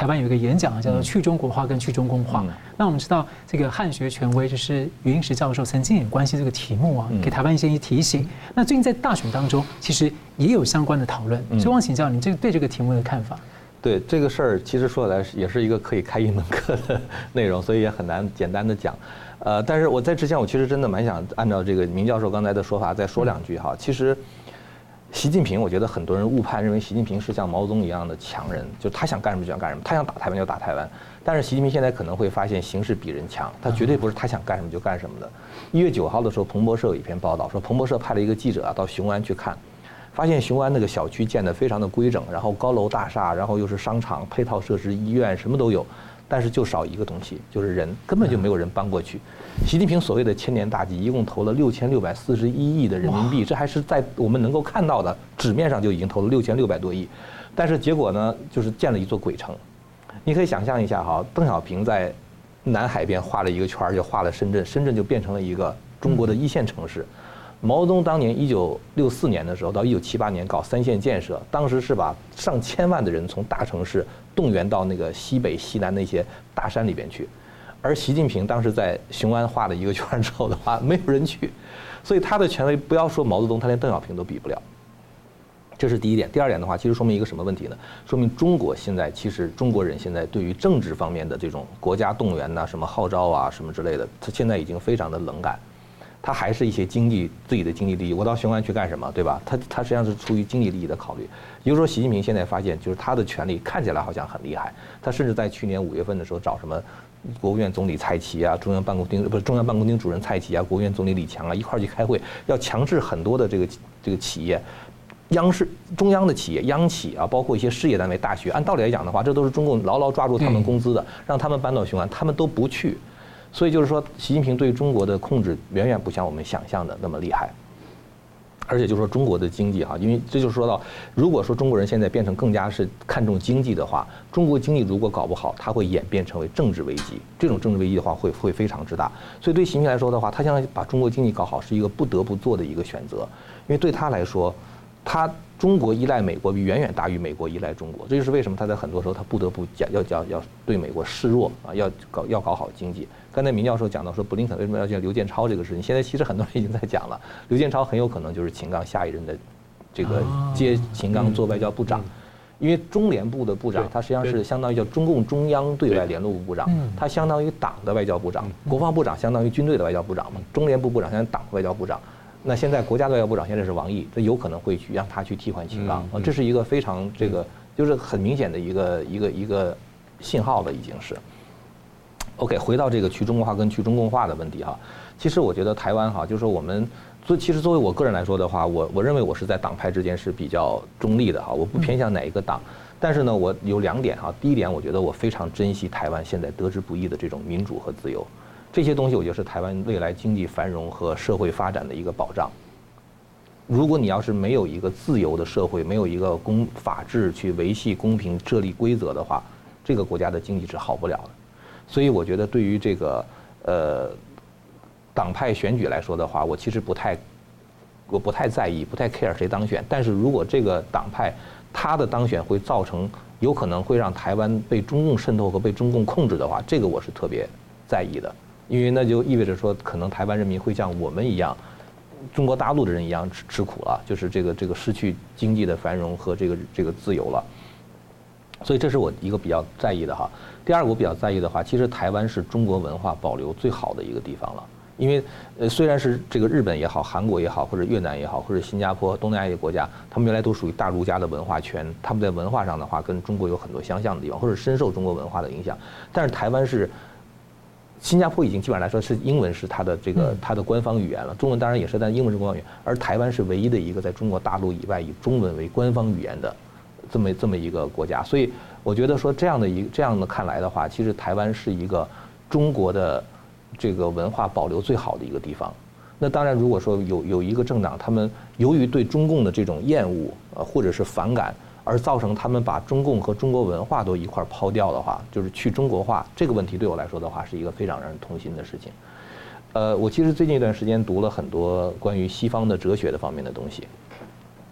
台湾有一个演讲叫做“去中国化”跟“去中共化”。嗯、那我们知道这个汉学权威就是余英时教授曾经也关心这个题目啊，给台湾一些提醒。那最近在大选当中，其实也有相关的讨论，所以我想请教你这个对这个题目的看法。 对这个事儿，其实说来也是一个可以开一门课的内容，所以也很难简单的讲。呃，但是我在之前，我其实真的蛮想按照这个明教授刚才的说法再说两句哈。其实，习近平，我觉得很多人误判，认为习近平是像毛泽东一样的强人，就他想干什么就想干什么，他想打台湾就打台湾。但是习近平现在可能会发现形势比人强，他绝对不是他想干什么就干什么的。一月九号的时候，彭博社有一篇报道说，彭博社派了一个记者啊到雄安去看。发现雄安那个小区建得非常的规整，然后高楼大厦，然后又是商场、配套设施、医院，什么都有，但是就少一个东西，就是人，根本就没有人搬过去。习近平所谓的千年大计，一共投了六千六百四十一亿的人民币，这还是在我们能够看到的纸面上就已经投了六千六百多亿，但是结果呢，就是建了一座鬼城。你可以想象一下哈，邓小平在南海边画了一个圈，就画了深圳，深圳就变成了一个中国的一线城市。毛泽东当年一九六四年的时候到一九七八年搞三线建设，当时是把上千万的人从大城市动员到那个西北西南那些大山里边去，而习近平当时在雄安画了一个圈之后的话，没有人去，所以他的权威不要说毛泽东，他连邓小平都比不了。这是第一点。第二点的话，其实说明一个什么问题呢？说明中国现在其实中国人现在对于政治方面的这种国家动员呐、什么号召啊、什么之类的，他现在已经非常的冷感。他还是一些经济自己的经济利益，我到雄安去干什么，对吧？他他实际上是出于经济利益的考虑。也就是说，习近平现在发现，就是他的权力看起来好像很厉害，他甚至在去年五月份的时候找什么国务院总理蔡奇啊、中央办公厅不是中央办公厅主任蔡奇啊、国务院总理李强啊一块儿去开会，要强制很多的这个这个企业。央视、中央的企业、央企啊，包括一些事业单位、大学，按道理来讲的话，这都是中共牢牢抓住他们工资的，让他们搬到雄安，他们都不去。所以就是说，习近平对中国的控制远远不像我们想象的那么厉害。而且就是说，中国的经济哈，因为这就说到，如果说中国人现在变成更加是看重经济的话，中国经济如果搞不好，它会演变成为政治危机。这种政治危机的话，会会非常之大。所以对习近平来说的话，他现在把中国经济搞好是一个不得不做的一个选择，因为对他来说。他中国依赖美国比远远大于美国依赖中国，这就是为什么他在很多时候他不得不讲要要要对美国示弱啊，要搞要搞好经济。刚才明教授讲到说布林肯为什么要见刘建超这个事情，现在其实很多人已经在讲了，刘建超很有可能就是秦刚下一任的这个接秦刚做外交部长，因为中联部的部长他实际上是相当于叫中共中央对外联络部部长，他相当于党的外交部长，国防部长相当于军队的外交部长嘛，中联部部长相当于党的外交部长。那现在国家外交部长现在是王毅，这有可能会去让他去替换秦刚，啊，这是一个非常这个就是很明显的一个一个一个信号了，已经是。OK， 回到这个去中国化跟去中共化的问题哈，其实我觉得台湾哈，就是说我们作其实作为我个人来说的话，我我认为我是在党派之间是比较中立的哈，我不偏向哪一个党，但是呢，我有两点哈，第一点，我觉得我非常珍惜台湾现在得之不易的这种民主和自由。这些东西我觉得是台湾未来经济繁荣和社会发展的一个保障。如果你要是没有一个自由的社会，没有一个公法治去维系公平设立规则的话，这个国家的经济是好不了的。所以我觉得对于这个呃党派选举来说的话，我其实不太我不太在意，不太 care 谁当选。但是如果这个党派他的当选会造成有可能会让台湾被中共渗透和被中共控制的话，这个我是特别在意的。因为那就意味着说，可能台湾人民会像我们一样，中国大陆的人一样吃吃苦了，就是这个这个失去经济的繁荣和这个这个自由了。所以这是我一个比较在意的哈。第二个我比较在意的话，其实台湾是中国文化保留最好的一个地方了。因为呃虽然是这个日本也好、韩国也好，或者越南也好，或者新加坡、东南亚一些国家，他们原来都属于大儒家的文化圈，他们在文化上的话跟中国有很多相像的地方，或者深受中国文化的影响。但是台湾是。新加坡已经基本上来说是英文是它的这个它的官方语言了，中文当然也是，但英文是官方语言。而台湾是唯一的一个在中国大陆以外以中文为官方语言的这么这么一个国家，所以我觉得说这样的一这样的看来的话，其实台湾是一个中国的这个文化保留最好的一个地方。那当然，如果说有有一个政党，他们由于对中共的这种厌恶呃或者是反感。而造成他们把中共和中国文化都一块抛掉的话，就是去中国化这个问题对我来说的话，是一个非常让人痛心的事情。呃，我其实最近一段时间读了很多关于西方的哲学的方面的东西。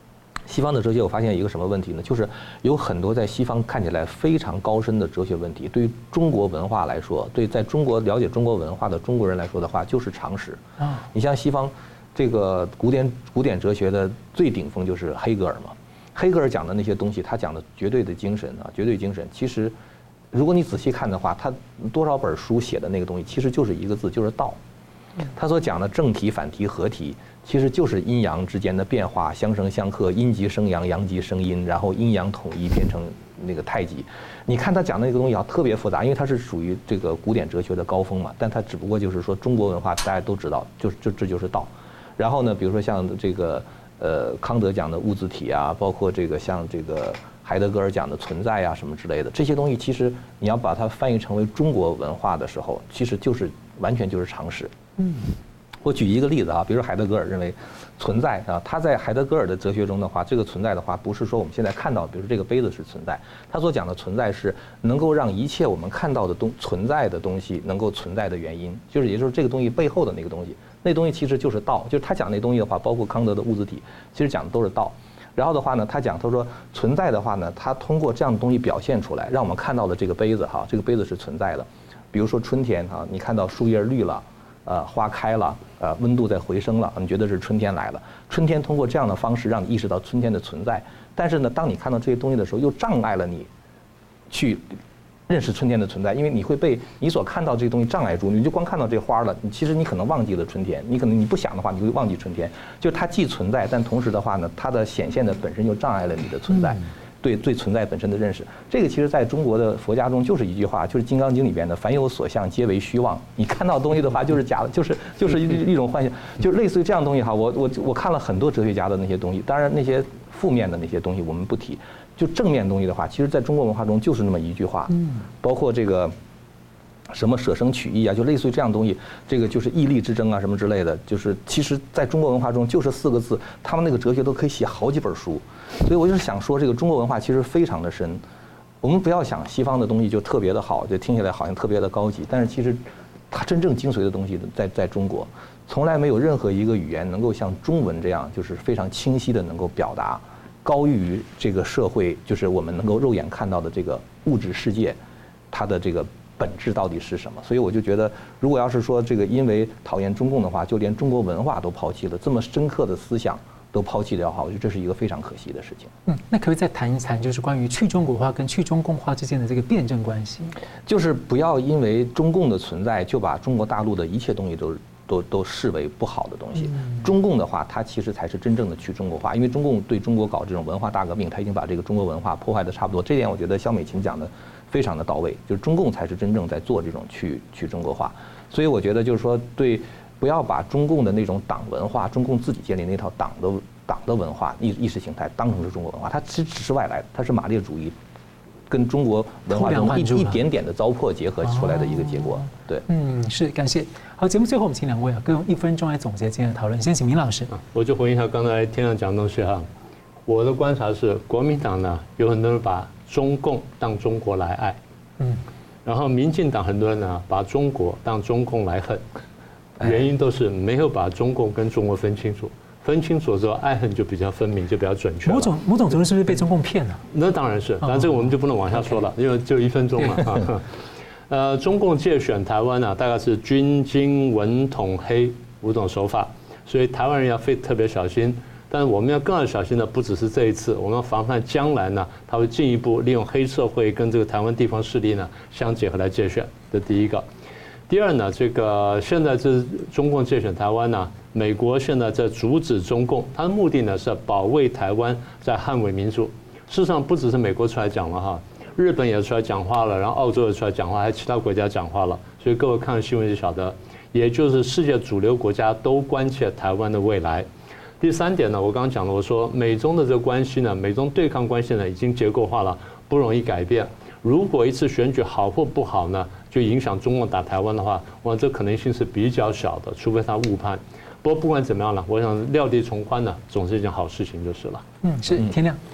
西方的哲学，我发现一个什么问题呢？就是有很多在西方看起来非常高深的哲学问题，对于中国文化来说，对在中国了解中国文化的中国人来说的话，就是常识。啊，你像西方这个古典古典哲学的最顶峰就是黑格尔嘛，黑格尔讲的那些东西，他讲的绝对的精神啊，绝对精神，其实如果你仔细看的话，他多少本书写的那个东西，其实就是一个字，就是道。他所讲的正题、反题、合题，其实就是阴阳之间的变化，相生相克，阴极生阳，阳极生阴，然后阴阳统一变成那个太极。你看他讲的那个东西啊，特别复杂，因为它是属于这个古典哲学的高峰嘛。但它只不过就是说中国文化大家都知道，就就这就是道。然后呢，比如说像这个呃康德讲的物自体啊，包括这个像这个海德格尔讲的存在啊什么之类的，这些东西其实你要把它翻译成为中国文化的时候，其实就是完全就是常识。嗯，我举一个例子啊，比如说海德格尔认为存在啊，他在海德格尔的哲学中的话，这个存在的话，不是说我们现在看到，比如说这个杯子是存在，他所讲的存在是能够让一切我们看到的东存在的东西能够存在的原因，就是也就是这个东西背后的那个东西，那东西其实就是道，就是他讲那东西的话，包括康德的物自体，其实讲的都是道。然后的话呢，他讲他说存在的话呢，他通过这样的东西表现出来，让我们看到的这个杯子哈，这个杯子是存在的。比如说春天哈，你看到树叶绿了。呃，花开了，呃，温度在回升了，你觉得是春天来了。春天通过这样的方式让你意识到春天的存在，但是呢，当你看到这些东西的时候，又障碍了你去认识春天的存在，因为你会被你所看到这些东西障碍住，你就光看到这花了，你其实你可能忘记了春天，你可能你不想的话，你会忘记春天。就是它既存在，但同时的话呢，它的显现的本身又障碍了你的存在。嗯，对对存在本身的认识，这个其实在中国的佛家中就是一句话，就是《金刚经》里边的"凡有所相，皆为虚妄"。你看到东西的话，就是假的，就是就是一一种幻象，就类似于这样东西哈。我我我看了很多哲学家的那些东西，当然那些负面的那些东西我们不提，就正面东西的话，其实在中国文化中就是那么一句话。嗯，包括这个什么舍生取义啊，就类似于这样东西，这个就是义利之争啊什么之类的，就是其实在中国文化中就是四个字，他们那个哲学都可以写好几本书。所以我就是想说，这个中国文化其实非常的深。我们不要想西方的东西就特别的好，就听起来好像特别的高级，但是其实它真正精髓的东西在在中国，从来没有任何一个语言能够像中文这样，就是非常清晰的能够表达，高于这个社会，就是我们能够肉眼看到的这个物质世界，它的这个本质到底是什么。所以我就觉得，如果要是说这个因为讨厌中共的话，就连中国文化都抛弃了，这么深刻的思想都抛弃掉哈，我觉得这是一个非常可惜的事情。 嗯，那可不可以再谈一谈，就是关于去中国化跟去中共化之间的这个辩证关系？ 就是不要因为中共的存在，就把中国大陆的一切东西都都都视为不好的东西。嗯、中共的话，它其实才是真正的去中国化，因为中共对中国搞这种文化大革命，它已经把这个中国文化破坏的差不多。这点我觉得肖美琴讲的非常的到位，就是中共才是真正在做这种去去中国化。所以我觉得就是说对。不要把中共的那种党文化，中共自己建立那套党的党的文化意意识形态当成是中国文化，它其实只是外来的，它是马列主义跟中国文化中一一点点的糟粕结合出来的一个结果。哦、对， 嗯，是感谢。好，节目最后我们请两位啊，各用一分钟来总结今天的讨论。先请明老师。 我就回应一下刚才天亮讲的东西哈。我的观察是，国民党呢有很多人把中共当中国来爱，嗯，然后民进党很多人呢把中国当中共来恨。原因都是没有把中共跟中国分清楚，分清楚之后，爱恨就比较分明，就比较准确。 某种某种程度是不是被中共骗了？ 那当然是，当然这个我们就不能往下说了，因为就一分钟嘛啊。呃，中共借选台湾呢、啊，大概是军经文统黑五种手法，所以台湾人要非特别小心。但是我们要更要小心的不只是这一次，我们要防范将来呢，他会进一步利用黑社会跟这个台湾地方势力呢相结合来借选。这第一个。第二呢，这个现在这中共借选台湾呢，美国现在在阻止中共，它的目的呢是保卫台湾，在捍卫民主。事实上，不只是美国出来讲了哈，日本也出来讲话了，然后澳洲也出来讲话，还有其他国家讲话了。所以各位看新闻就晓得，也就是世界主流国家都关切台湾的未来。第三点呢，我刚刚讲了，我说美中的这个关系呢，美中对抗关系呢已经结构化了，不容易改变。如果一次选举好或不好呢，就影响中共打台湾的话，我想这可能性是比较小的，除非他误判。不过不管怎么样了，我想料敌从宽呢，总是一件好事情就是了。 嗯，是天亮。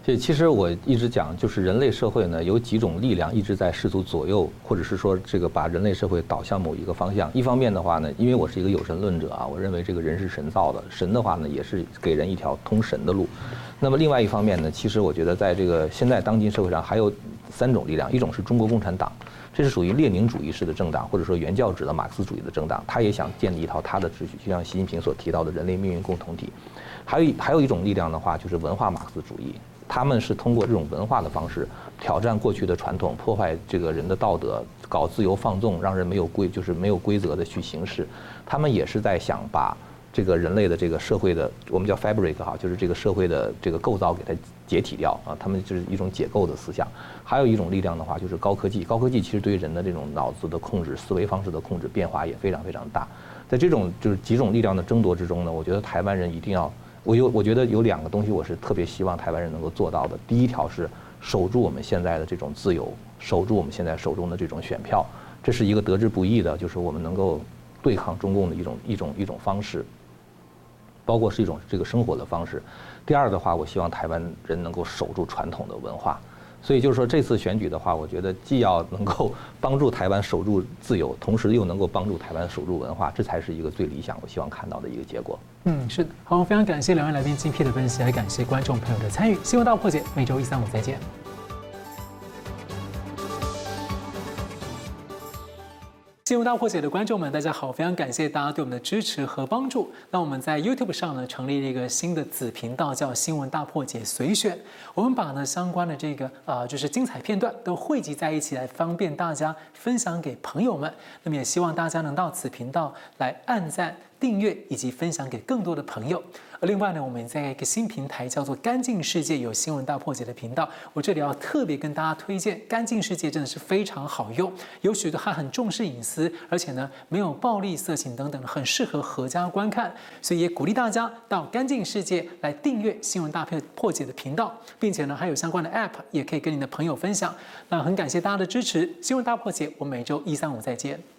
这其实我一直讲，就是人类社会呢有几种力量一直在试图左右，或者是说这个把人类社会导向某一个方向。一方面的话呢，因为我是一个有神论者啊，我认为这个人是神造的，神的话呢也是给人一条通神的路。那么另外一方面呢，其实我觉得在这个现在当今社会上还有三种力量，一种是中国共产党，这是属于列宁主义式的政党，或者说原教旨的马克思主义的政党，他也想建立一套他的秩序，就像习近平所提到的人类命运共同体。还有一还有一种力量的话，就是文化马克思主义。他们是通过这种文化的方式挑战过去的传统，破坏这个人的道德，搞自由放纵，让人没有规就是没有规则的去行事。他们也是在想把这个人类的这个社会的我们叫 fabric 哈，就是这个社会的这个构造给它解体掉啊。他们就是一种解构的思想。还有一种力量的话，就是高科技。高科技其实对人的这种脑子的控制、思维方式的控制变化也非常非常大。在这种就是几种力量的争夺之中呢，我觉得台湾人一定要。我有，我觉得有两个东西我是特别希望台湾人能够做到的。第一条是守住我们现在的这种自由，守住我们现在手中的这种选票，这是一个得之不易的，就是我们能够对抗中共的一种一种一种方式，包括是一种这个生活的方式。第二的话，我希望台湾人能够守住传统的文化。所以就是说，这次选举的话，我觉得既要能够帮助台湾守住自由，同时又能够帮助台湾守住文化，这才是一个最理想我希望看到的一个结果。 嗯，是的。好，非常感谢两位来宾精辟的分析，也感谢观众朋友的参与。新闻大破解，每周一、三、五再见。新闻大破解的观众们，大家好！非常感谢大家对我们的支持和帮助。那我们在 YouTube 上呢，成立了一个新的子频道，叫“新闻大破解随选”。我们把呢相关的这个呃，就是精彩片段都汇集在一起，来方便大家分享给朋友们。那么也希望大家能到此频道来按赞、订阅以及分享给更多的朋友。而另外呢，我们在一个新平台叫做“干净世界”有新闻大破解的频道，我这里要特别跟大家推荐“干净世界”，真的是非常好用，有许多它很重视隐私，而且呢没有暴力、色情等等，很适合合家观看，所以也鼓励大家到“干净世界”来订阅新闻大破解的频道，并且呢还有相关的 App 也可以跟你的朋友分享。那很感谢大家的支持，新闻大破解，我们每周一、三、五再见。